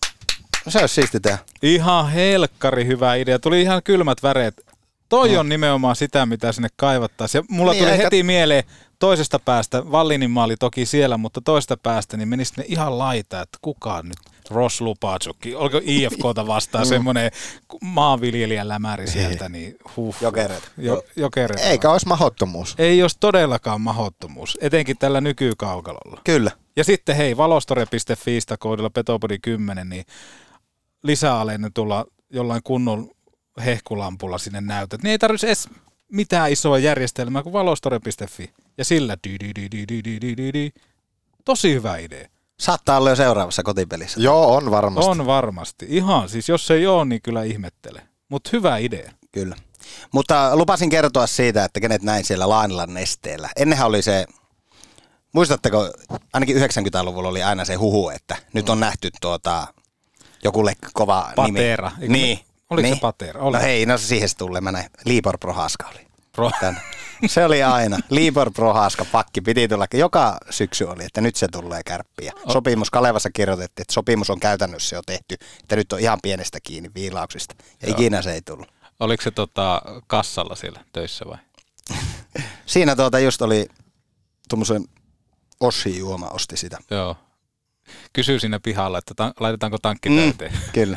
se olisi siisti tehdä. Ihan helkkari hyvä idea. Tuli ihan kylmät väreet. Toi no. on nimenomaan sitä, mitä sinne kaivattaisiin. Ja mulla niin, tuli eikä heti mieleen toisesta päästä, Vallinin maali toki siellä, mutta toisesta päästä, niin menisi ne ihan laita, että kukaan nyt, Ross Lupatsukki, oliko I F K:ta vastaan semmoinen maanviljelijän lämäri sieltä, niin huh. Jokereita. Jo, jokereita. Eikä olisi mahdottomuus. Ei olisi todellakaan mahdottomuus, etenkin tällä nykykaukalolla. Kyllä. Ja sitten hei, valostore piste fiistä koodilla Petopodi kymmenen, niin lisäalenne tulla jollain kunnon hehkulampulla sinne näytät. Niin ei tarvitse edes mitään isoa järjestelmää kuin valostore piste fi. Ja sillä di di di di di di di di. Tosi hyvä idea. Saattaa olla jo seuraavassa kotipelissä. Joo, on varmasti. On varmasti. Ihan siis, jos ei ole, niin kyllä ihmettele. Mutta hyvä idea. Kyllä. Mutta lupasin kertoa siitä, että kenet näin siellä Laanilan nesteellä. Ennenhän oli se, muistatteko, ainakin yhdeksänkymmentäluvulla oli aina se huhu, että nyt on nähty tuota, joku kova Patera. nimi. Niin. Oliko niin. se Patera? Oli. No hei, no siihen se tulee. Mä näin. Libor Prohaska oli. Pro. Se oli aina. Libor Prohaska pakki piti tulla. Joka syksy oli, että nyt se tulee Kärppiä. Sopimus Kalevassa kirjoitettiin, että sopimus on käytännössä jo tehty. Että nyt on ihan pienestä kiinni viilauksista. Ja Joo. ikinä se ei tullut. Oliko se tota, kassalla siellä töissä vai? Siinä tuota just oli tuommoisen Ossi-juoma osti sitä. Joo. Kysy siinä pihalla, että ta- laitetaanko tankki mm, täyteen. Kyllä.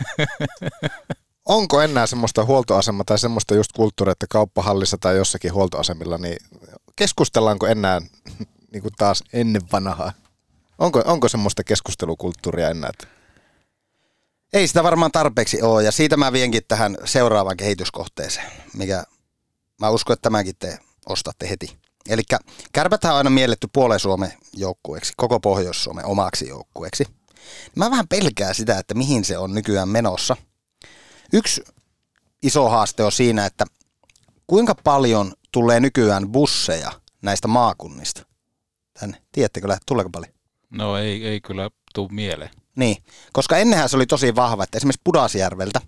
Onko enää semmoista huoltoasemaa tai semmoista just kulttuuria, että kauppahallissa tai jossakin huoltoasemilla, niin keskustellaanko enää niin kuin taas ennen vanhaa? Onko, onko semmoista keskustelukulttuuria enää? Ei sitä varmaan tarpeeksi ole, ja siitä mä vienkin tähän seuraavaan kehityskohteeseen, mikä mä uskon, että tämänkin te ostatte heti. Eli Kärpäthän on aina mielletty puolen Suomen joukkueeksi, koko Pohjois-Suomen omaksi joukkueeksi. Mä vähän pelkään sitä, että mihin se on nykyään menossa. Yksi iso haaste on siinä, että kuinka paljon tulee nykyään busseja näistä maakunnista. Tänne. Tiedättekö, tuleeko paljon? No ei, ei kyllä tule mieleen. Niin, koska ennenhän se oli tosi vahva, että esimerkiksi Pudasjärveltä,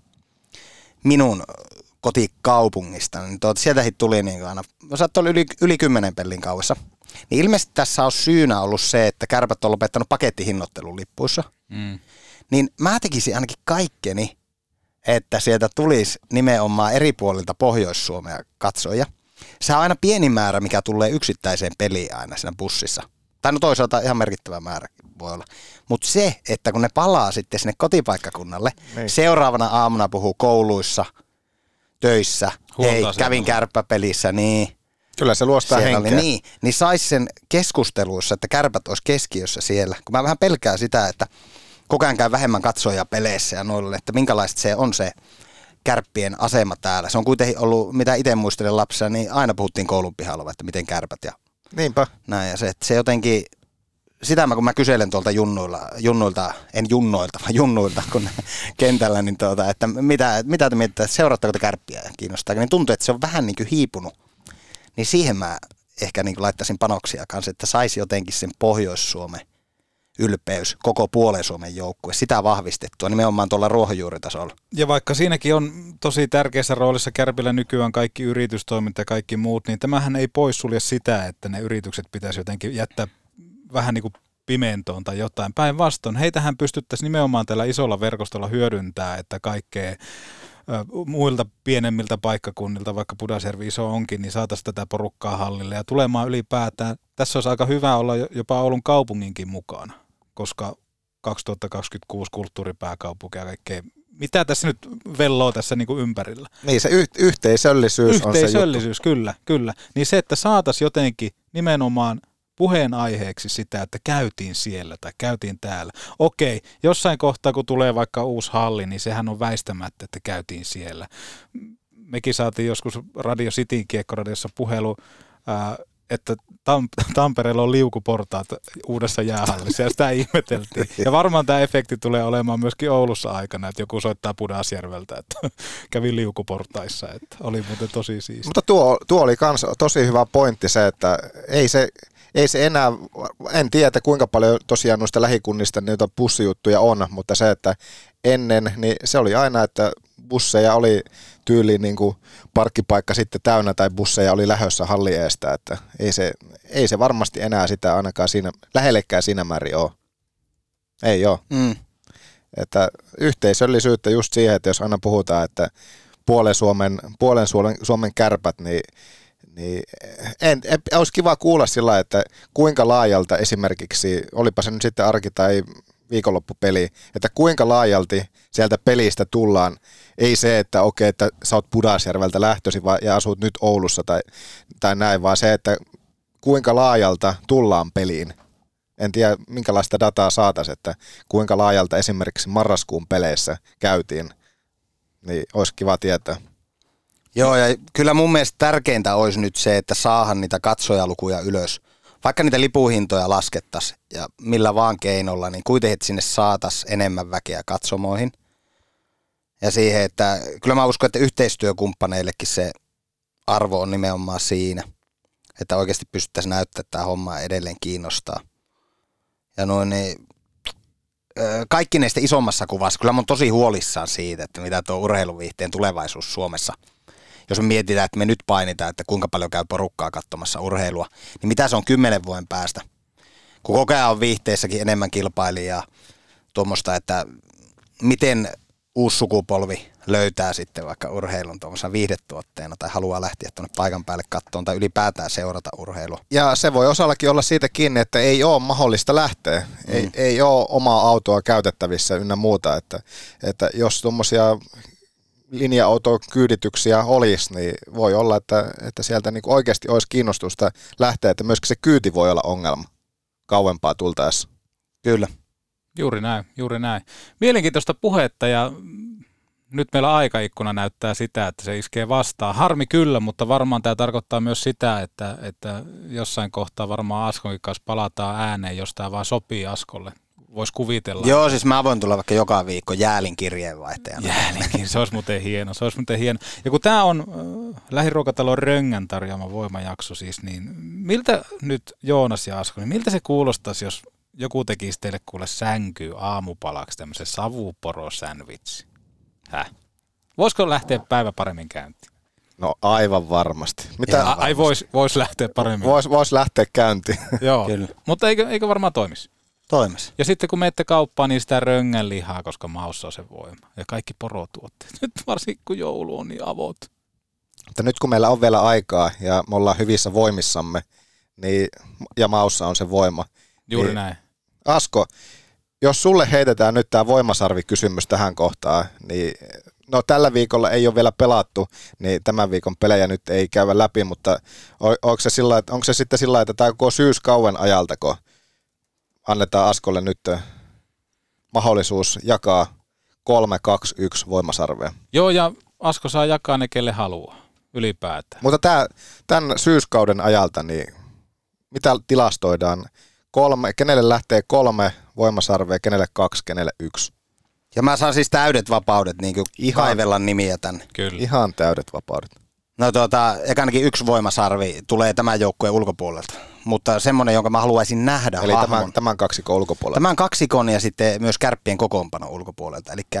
minun kotikaupungista, niin tuota, sieltäkin tuli niin aina, saattoi olla yli, yli kymmenen pellin kauessa. Niin ilmeisesti tässä on syynä ollut se, että Kärpät on lopettanut pakettihinnoittelun lippuissa. Mm. Niin mä tekisin ainakin kaikkeni, että sieltä tulisi nimenomaan eri puolilta Pohjois-Suomea katsoja. Se on aina pieni määrä, mikä tulee yksittäiseen peliin aina siinä bussissa. Tai no toisaalta ihan merkittävä määrä voi olla. Mutta se, että kun ne palaa sitten sinne kotipaikkakunnalle, niin seuraavana aamuna puhuu kouluissa, töissä, hei, kävin kärppäpelissä, niin. Kyllä se luostaa henkeä. Oli, niin, niin saisi sen keskusteluissa, että Kärpät olisi keskiössä siellä. Kun mä vähän pelkään sitä, että koko ajan käy vähemmän katsojia peleissä ja noille, että minkälaista se on se Kärppien asema täällä. Se on kuitenkin ollut, mitä itse muistelen lapsena, niin aina puhuttiin koulun pihalla, että miten Kärpät ja niinpä. Näin, ja se, se jotenkin, sitä mä kun mä kyselen tuolta junnuilla, junnuilta, en junnoilta, vaan junnuilta kun kentällä, niin tuota, että mitä, mitä te mietitte, että seuraatteko te Kärppiä ja kiinnostaa, niin tuntuu, että se on vähän niin kuin hiipunut. Niin siihen mä ehkä niin kuin laittaisin panoksia kanssa, että saisi jotenkin sen Pohjois-Suomen ylpeys, koko puolen Suomen joukkue, sitä vahvistettua nimenomaan tuolla ruohonjuuritasolla. Ja vaikka siinäkin on tosi tärkeässä roolissa Kärpillä nykyään kaikki yritystoiminta ja kaikki muut, niin tämähän ei poissulje sitä, että ne yritykset pitäisi jotenkin jättää vähän niin kuin pimentoon tai jotain. Päinvastoin, heitähän pystyttäisiin nimenomaan tällä isolla verkostolla hyödyntää, että kaikkea muilta pienemmiltä paikkakunnilta, vaikka Pudasjärvi iso onkin, niin saataisiin tätä porukkaa hallille ja tulemaan ylipäätään. Tässä olisi aika hyvä olla jopa Oulun kaupunginkin mukana, koska kaksituhattakaksikymmentäkuusi kulttuuripääkaupunki ja kaikkea. Mitä tässä nyt velloo tässä niin kuin ympärillä? Niin se yh- yhteisöllisyys, yhteisöllisyys on se Yhteisöllisyys, kyllä, kyllä. Niin se, että saataisiin jotenkin nimenomaan puheenaiheeksi sitä, että käytiin siellä tai käytiin täällä. Okei, jossain kohtaa kun tulee vaikka uusi halli, niin sehän on väistämättä, että käytiin siellä. Mekin saatiin joskus Radio Cityn kiekkoradiossa puhelu, ää, että Tam- Tampereella on liukuportaat uudessa jäähallissa ja sitä ihmeteltiin. Ja varmaan tämä efekti tulee olemaan myöskin Oulussa aikana, että joku soittaa Pudasjärveltä, että kävi liukuportaissa, että oli muuten tosi siistiä. Mutta tuo, tuo oli myös tosi hyvä pointti se, että ei se, ei se enää, en tiedä kuinka paljon tosiaan noista lähikunnista niitä bussijuttuja on, mutta se, että ennen, niin se oli aina, että busseja oli tyyliin niin kuin parkkipaikka sitten täynnä tai busseja oli lähössä halli eestä, että ei se, ei se varmasti enää sitä ainakaan siinä, lähellekään siinä määrin ole. Ei ole. Mm. Että yhteisöllisyyttä just siihen, että jos aina puhutaan, että puolen Suomen, puolen Suomen, Suomen Kärpät, niin, niin en, en, olisi kiva kuulla sillä, että kuinka laajalta esimerkiksi, olipa se nyt sitten arki tai viikonloppupeli, että kuinka laajalti sieltä pelistä tullaan. Ei se, että okei, että sä oot Pudasjärveltä lähtöisin ja asut nyt Oulussa tai, tai näin, vaan se, että kuinka laajalta tullaan peliin. En tiedä, minkälaista dataa saataisiin, että kuinka laajalta esimerkiksi marraskuun peleissä käytiin, niin olisi kiva tietää. Joo, ja kyllä mun mielestä tärkeintä olisi nyt se, että saahan niitä katsojalukuja ylös. Vaikka niitä lipuhintoja laskettaisiin ja millä vaan keinolla, niin kuitenkin että sinne saataisiin enemmän väkeä katsomoihin. Ja siihen, että kyllä mä uskon, että yhteistyökumppaneillekin se arvo on nimenomaan siinä, että oikeasti pystyttäisiin näyttämään, että tämä homma edelleen kiinnostaa. Ja noin, niin kaikki näistä isommassa kuvassa, kyllä mä oon tosi huolissaan siitä, että mitä tuo urheiluviihteen tulevaisuus Suomessa. Jos me mietitään, että me nyt painitaan, että kuinka paljon käy porukkaa katsomassa urheilua, niin mitä se on kymmenen vuoden päästä? Kun koko ajan on viihteessäkin enemmän kilpailijaa tuommoista, että miten uusi sukupolvi löytää sitten vaikka urheilun tuommoisena viihdetuotteena tai haluaa lähteä tuonne paikan päälle kattoon tai ylipäätään seurata urheilua. Ja se voi osallakin olla siitä kiinni, että ei ole mahdollista lähteä. Mm. Ei, ei ole omaa autoa käytettävissä ynnä muuta. Että, että jos tuommoisia linja-autokyydityksiä olisi, niin voi olla, että, että sieltä niin oikeasti olisi kiinnostusta lähteä, että myöskin se kyyti voi olla ongelma kauempaa tultaessa. Kyllä. Juuri näin, juuri näin. Mielenkiintoista puhetta ja nyt meillä aikaikkuna näyttää sitä, että se iskee vastaan. Harmi kyllä, mutta varmaan tämä tarkoittaa myös sitä, että, että jossain kohtaa varmaan Askonkin kanssa palataan ääneen, jos tämä vaan sopii Askolle. Voisi kuvitella. Joo, siis mä voin tulla vaikka joka viikko Jäälin kirjeenvaihtajana. Jäälin, se olisi muuten hieno, se olisi muuten hieno. Ja kun tämä on äh, lähiruokatalon Röngän tarjoama voimajakso siis, niin miltä nyt Joonas ja Asko, niin miltä se kuulostaisi, jos joku tekisi teille kuule sänkyy aamupalaksi tämmöisen savuporo-sandwich? Häh? Voisiko lähteä päivä paremmin käyntiin? No aivan varmasti. Mitä? A, ai voisi vois lähteä paremmin. Voisi vois lähteä käyntiin. Joo, mutta eikö, eikö varmaan toimisi? Toimisi. Ja sitten kun menette kauppaan, niin sitä röngän lihaa, koska maussa on se voima. Ja kaikki porotuotteet. Nyt varsinkin kun joulu on niin avot. Mutta nyt kun meillä on vielä aikaa ja me ollaan hyvissä voimissamme, niin, ja maussa on se voima. Juuri niin, näin. Asko, jos sulle heitetään nyt tämä voimasarvikysymys tähän kohtaan, niin no tällä viikolla ei ole vielä pelattu, niin tämän viikon pelejä nyt ei käydä läpi, mutta onko se, sillä, onko se sitten sillä, että tämä koko syyskauden ajalta, kun annetaan Askolle nyt mahdollisuus jakaa kolme, kaksi, yksi voimasarvea. Joo, ja Asko saa jakaa ne, kelle haluaa ylipäätään. Mutta tämä, tämän syyskauden ajalta, niin mitä tilastoidaan? Kolme, kenelle lähtee kolme voimasarvea, kenelle kaksi, kenelle yksi? Ja mä saan siis täydet vapaudet niin kuin ihan, kaivella nimiä tänne. Kyllä. Ihan täydet vapaudet. No tuota, ekanakin yksi voimasarvi tulee tämän joukkueen ulkopuolelta, mutta semmoinen, jonka mä haluaisin nähdä Eli hahmon. tämän, tämän kaksikon ulkopuolelta. Tämän kaksikon ja sitten myös Kärppien kokoonpanon ulkopuolelta. Eli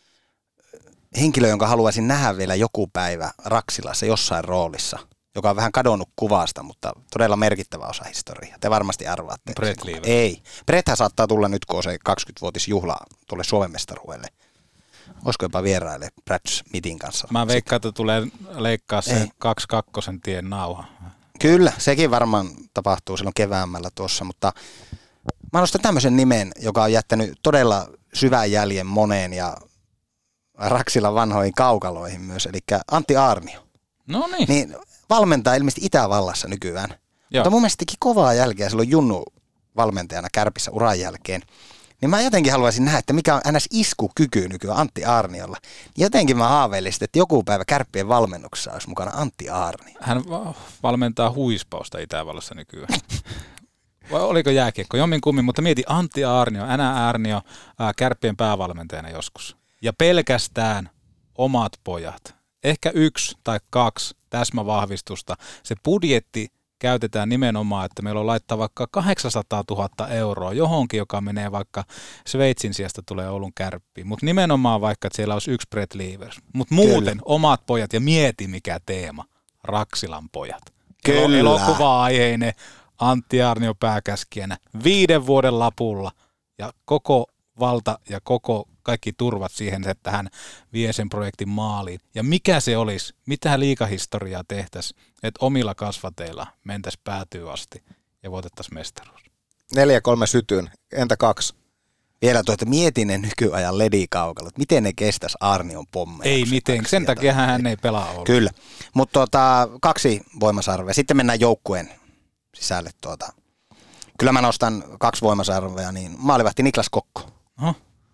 henkilö, jonka haluaisin nähdä vielä joku päivä Raksilassa jossain roolissa, joka on vähän kadonnut kuvasta, mutta todella merkittävä osa historiaa. Te varmasti arvaatte. Brett Lever. Ei. Bretthän saattaa tulla nyt, kun on se kaksikymmenvuotisjuhla tuolle Suomen mestaruudelle. Olisiko jopa vieraille Brad Smithin kanssa? Mä veikkaan, että tulee leikkaa se kaksi kakkosen tien nauha. Kyllä, sekin varmaan tapahtuu silloin keväämällä tuossa, mutta mä nostan tämmöisen nimen, joka on jättänyt todella syvän jäljen moneen ja Raksilan vanhoihin kaukaloihin myös, eli Antti Aarnio. No niin. Niin valmentaa ilmeisesti Itävallassa nykyään, Joo. mutta mun mielestä teki kovaa jälkeä silloin Junnu valmentajana Kärpissä uran jälkeen. Niin mä jotenkin haluaisin nähdä, että mikä on ns. Iskukyky nykyään Antti Aarniolla. Jotenkin mä haaveilisin, että joku päivä Kärppien valmennuksessa olisi mukana Antti Aarnio. Hän valmentaa huispausta Itävallassa nykyään. Vai oliko jääkiekko? Jommin kummin, mutta mieti Antti Aarnio, Änä Aarnio, ää, Kärppien päävalmentajana joskus. Ja pelkästään omat pojat. Ehkä yksi tai kaksi täsmävahvistusta. Se budjetti käytetään nimenomaan, että meillä on laittaa vaikka kahdeksansataatuhatta euroa johonkin, joka menee vaikka Sveitsin sijasta tulee Oulun Kärppiin. Mutta nimenomaan vaikka, että siellä olisi yksi Brett Lever. Mutta muuten Kyllä. omat pojat ja mieti mikä teema. Raksilan pojat. Kyllä. Elokuva-aiheinen Antti Aarnio pääkäskijänä viiden vuoden lapulla ja koko valta ja koko kaikki turvat siihen, että hän vie sen projektin maaliin. Ja mikä se olisi, mitä liigahistoriaa tehtäisiin, että omilla kasvateilla mentäisiin päätyy asti ja voitettaisiin mestaruus. Neljä kolme sytyyn, entä kaksi? Vielä tuo, että mietin ne nykyajan ledikaukalot, miten ne kestäisi Aarnion pommeja. Ei miten, sen takia hän ei pelaa ollut. Kyllä, mutta tuota, kaksi voimasarvea. Sitten mennään joukkueen sisälle. Tuota. Kyllä mä nostan kaksi voimasarvea, niin maalivahti Niklas Kokko. Huh?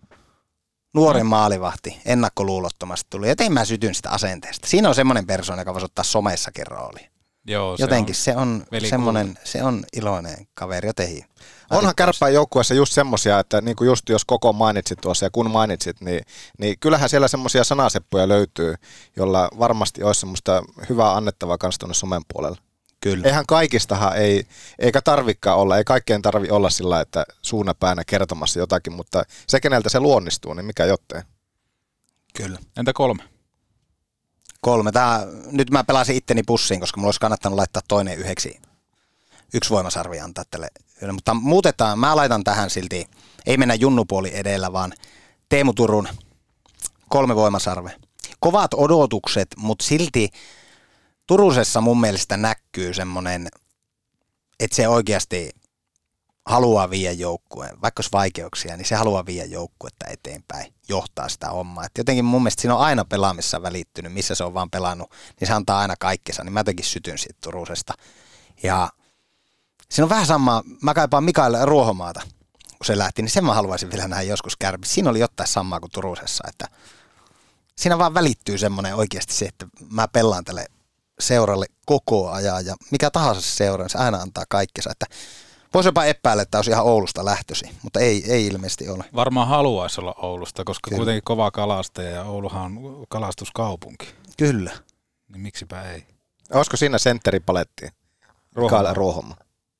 Nuori no. maalivahti, ennakkoluulottomasti tuli. Ja tein mä sytyn sitä asenteesta. Siinä on semmoinen persoona, joka voisi ottaa somessakin rooliin. Joo, se jotenkin on se on semmoinen, se on iloinen kaveri jotenkin. Onhan Kärppän joukkueessa just semmoisia, että niin kuin just jos koko mainitsit tuossa ja kun mainitsit, niin, niin kyllähän siellä semmoisia sanaseppuja löytyy, jolla varmasti olisi semmoista hyvää annettavaa kanssa tuonne somen puolelle. Kyllä. Eihän kaikistahan ei, eikä tarvikaan olla, ei kaikkeen tarvi olla sillä, että suuna päänä kertomassa jotakin, mutta se keneltä se luonnistuu, niin mikä jottei. Kyllä. Entä kolme? Kolme. Tää, nyt mä pelasin itteni pussiin, koska mulla olisi kannattanut laittaa toinen yhdeksi. Yksi voimasarvi antaa tälle. Mutta muutetaan, mä laitan tähän silti, ei mennä junnupuoli edellä, vaan Teemu Turun kolme voimasarve. Kovat odotukset, mutta silti Turusessa mun mielestä näkyy semmoinen, että se oikeasti haluaa viedä joukkueen, vaikka olisi vaikeuksia, niin se haluaa viedä joukkuetta eteenpäin, johtaa sitä hommaa. Et jotenkin mun mielestä siinä on aina pelaamissa välittynyt, missä se on vaan pelannut, niin se antaa aina kaikkensa, niin mä jotenkin sytyn siitä Turusesta. Ja siinä on vähän samaa, mä kaipaan Mikael Ruohomaata, kun se lähti, niin sen mä haluaisin vielä nähdä joskus Kärpissä. Siinä oli jotain samaa kuin Turusessa, että siinä vaan välittyy semmoinen oikeasti se, että mä pelaan tälle seuralle koko ajan ja mikä tahansa se seura, se aina antaa kaikkensa, että voisi jopa epäillä, että olisi ihan Oulusta lähtöisin, mutta ei, ei ilmeisesti ole. Varmaan haluaisi olla Oulusta, koska Kyllä. kuitenkin kova kalastaja ja Ouluhan on kalastuskaupunki. Kyllä. Niin miksipä ei. Olisiko siinä sentteripaletti? Mikael Ruohomaa.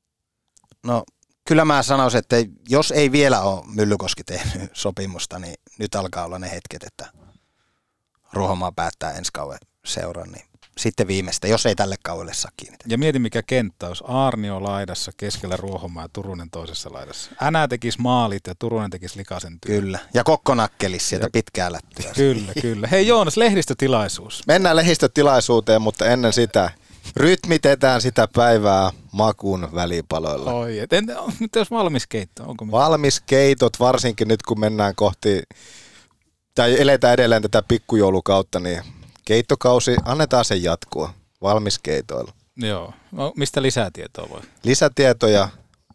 No kyllä mä sanoisin, että jos ei vielä ole Myllykoski tehnyt sopimusta, niin nyt alkaa olla ne hetket, että Ruohomaa päättää ensi kauden seuran, niin sitten viimeistä, jos ei tälle kaudelle saa kiinnitä. Ja mieti mikä kenttä olisi. Aarnio laidassa, keskellä Ruohomaa ja Turunen toisessa laidassa. Änä tekisi maalit ja Turunen tekisi likaisen työn. Kyllä. Ja Kokko nakkelisi sieltä pitkää lättyä. Kyllä, kyllä. Hei Joonas, lehdistötilaisuus. Mennään lehdistötilaisuuteen, mutta ennen sitä rytmitetään sitä päivää Makun välipaloilla. Oi, et en, nyt jos valmis keitto, onko mitään? Valmis keitot, varsinkin nyt kun mennään kohti, tai eletään edelleen tätä pikkujoulukautta, niin keittokausi, annetaan sen jatkua. Valmis keitoilla. Joo. No, mistä lisää tietoa voi? Lisätietoja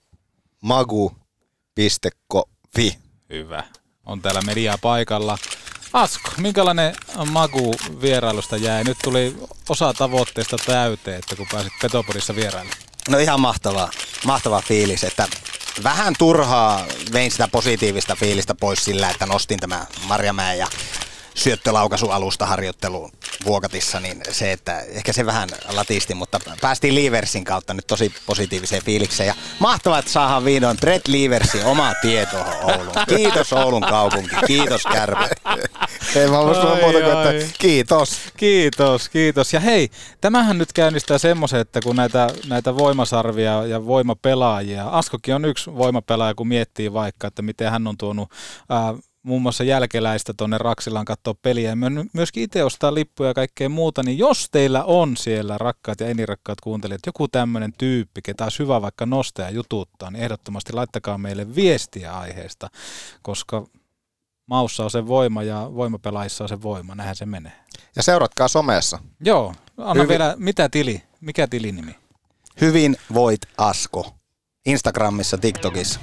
magu piste fi. Hyvä. On täällä mediaa paikalla. Asko, minkälainen magu vierailusta jäi? Nyt tuli osa tavoitteesta täyteen, että kun pääsit Petopodissa vierailemaan. No ihan mahtavaa, mahtava fiilis, että vähän turhaa vein sitä positiivista fiilistä pois sillä, että nostin tämä Marjamäen ja syöttölaukaisu-alusta harjoitteluun Vuokatissa, niin se, että ehkä se vähän latisti, mutta päästiin Leaversin kautta nyt tosi positiiviseen fiilikseen. Ja mahtavaa, että saadaan vihdoin Brett Leaversin oma tie tuohon Ouluun. Kiitos Oulun kaupunki, kiitos Kärpät. Ei mä voi sanoa muuta kuin, että kiitos. Kiitos, kiitos. Ja hei, tämähän nyt käynnistää semmoisen, että kun näitä, näitä voimasarvia ja voimapelaajia, Askokin on yksi voimapelaaja, kun miettii vaikka, että miten hän on tuonut ää, muun muassa jälkeläistä tuonne Raksilaan katsoa peliä ja myöskin itse ostaa lippuja ja kaikkea muuta, niin jos teillä on siellä rakkaat ja enirakkaat kuuntelijat joku tämmöinen tyyppi, ketä olisi hyvä vaikka nostaa ja jututtaa, niin ehdottomasti laittakaa meille viestiä aiheesta, koska maussa on se voima ja voimapelaajissa on se voima, näinhän se menee. Ja seuratkaa somessa. Joo, anna Hyvin. vielä, mitä tili, mikä tilinimi? Hyvin voit Asko. Instagramissa, TikTokissa.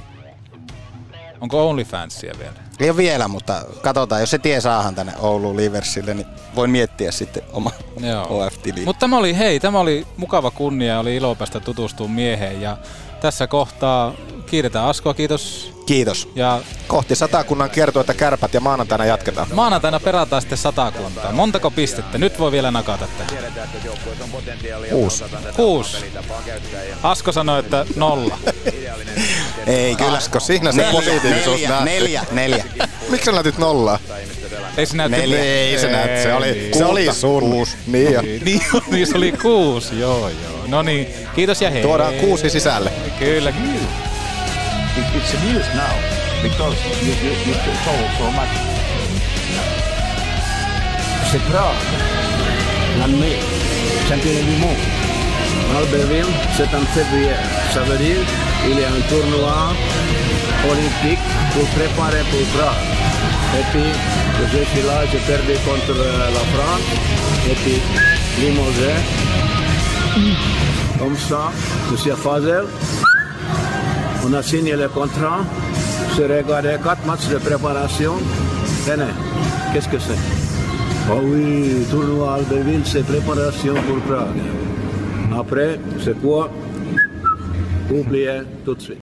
Onko OnlyFansia vielä? Ei ole vielä, mutta katsotaan, jos se tie saahan tänne Ouluun Leaversille, niin voin miettiä sitten oma O F-tili. Mutta tämä oli, hei, tämä oli mukava kunnia, oli ilo päästä tutustumaan mieheen ja tässä kohtaa kiitetään Askoa, kiitos. Kiitos. Ja kohti satakunnan kiertuetta Kärpät ja maanantaina jatketaan. Maanantaina perataan sitten satakuntaa. Montako pistettä? Nyt voi vielä nakata tähän. Kuusi. Kuusi. Asko sanoi, että nolla. Ei, kyllä. Asko, siinä se positiivisuus neljä, neljä, neljä. Miksi sä näytit nollaa? Ei se näytti neljä. Ei se näytti, se oli, se oli sun. Kuusi. Niin, jo. niin, niin, se oli kuusi, joo joo. No niin, kiitos ja hei. Tuodaan kuusi sisälle. Kyllä, kyllä. It's a news now because you, you, you told so much. C'est Prague, l'année, championnat du monde. Albertville, c'est en février. Ça veut dire qu'il y a un tournoi olympique pour préparer pour Prague. Et puis, je suis là, j'ai perdu contre la France. Et puis, Limoges. Comme ça, Monsieur Fazel. On a signé le contrat, se regarder quatre matchs de préparation. Tenez, qu'est-ce que c'est? Oh oui, tournoi Albertville, c'est préparation pour Prague. Après, c'est quoi? Oubliez tout de suite.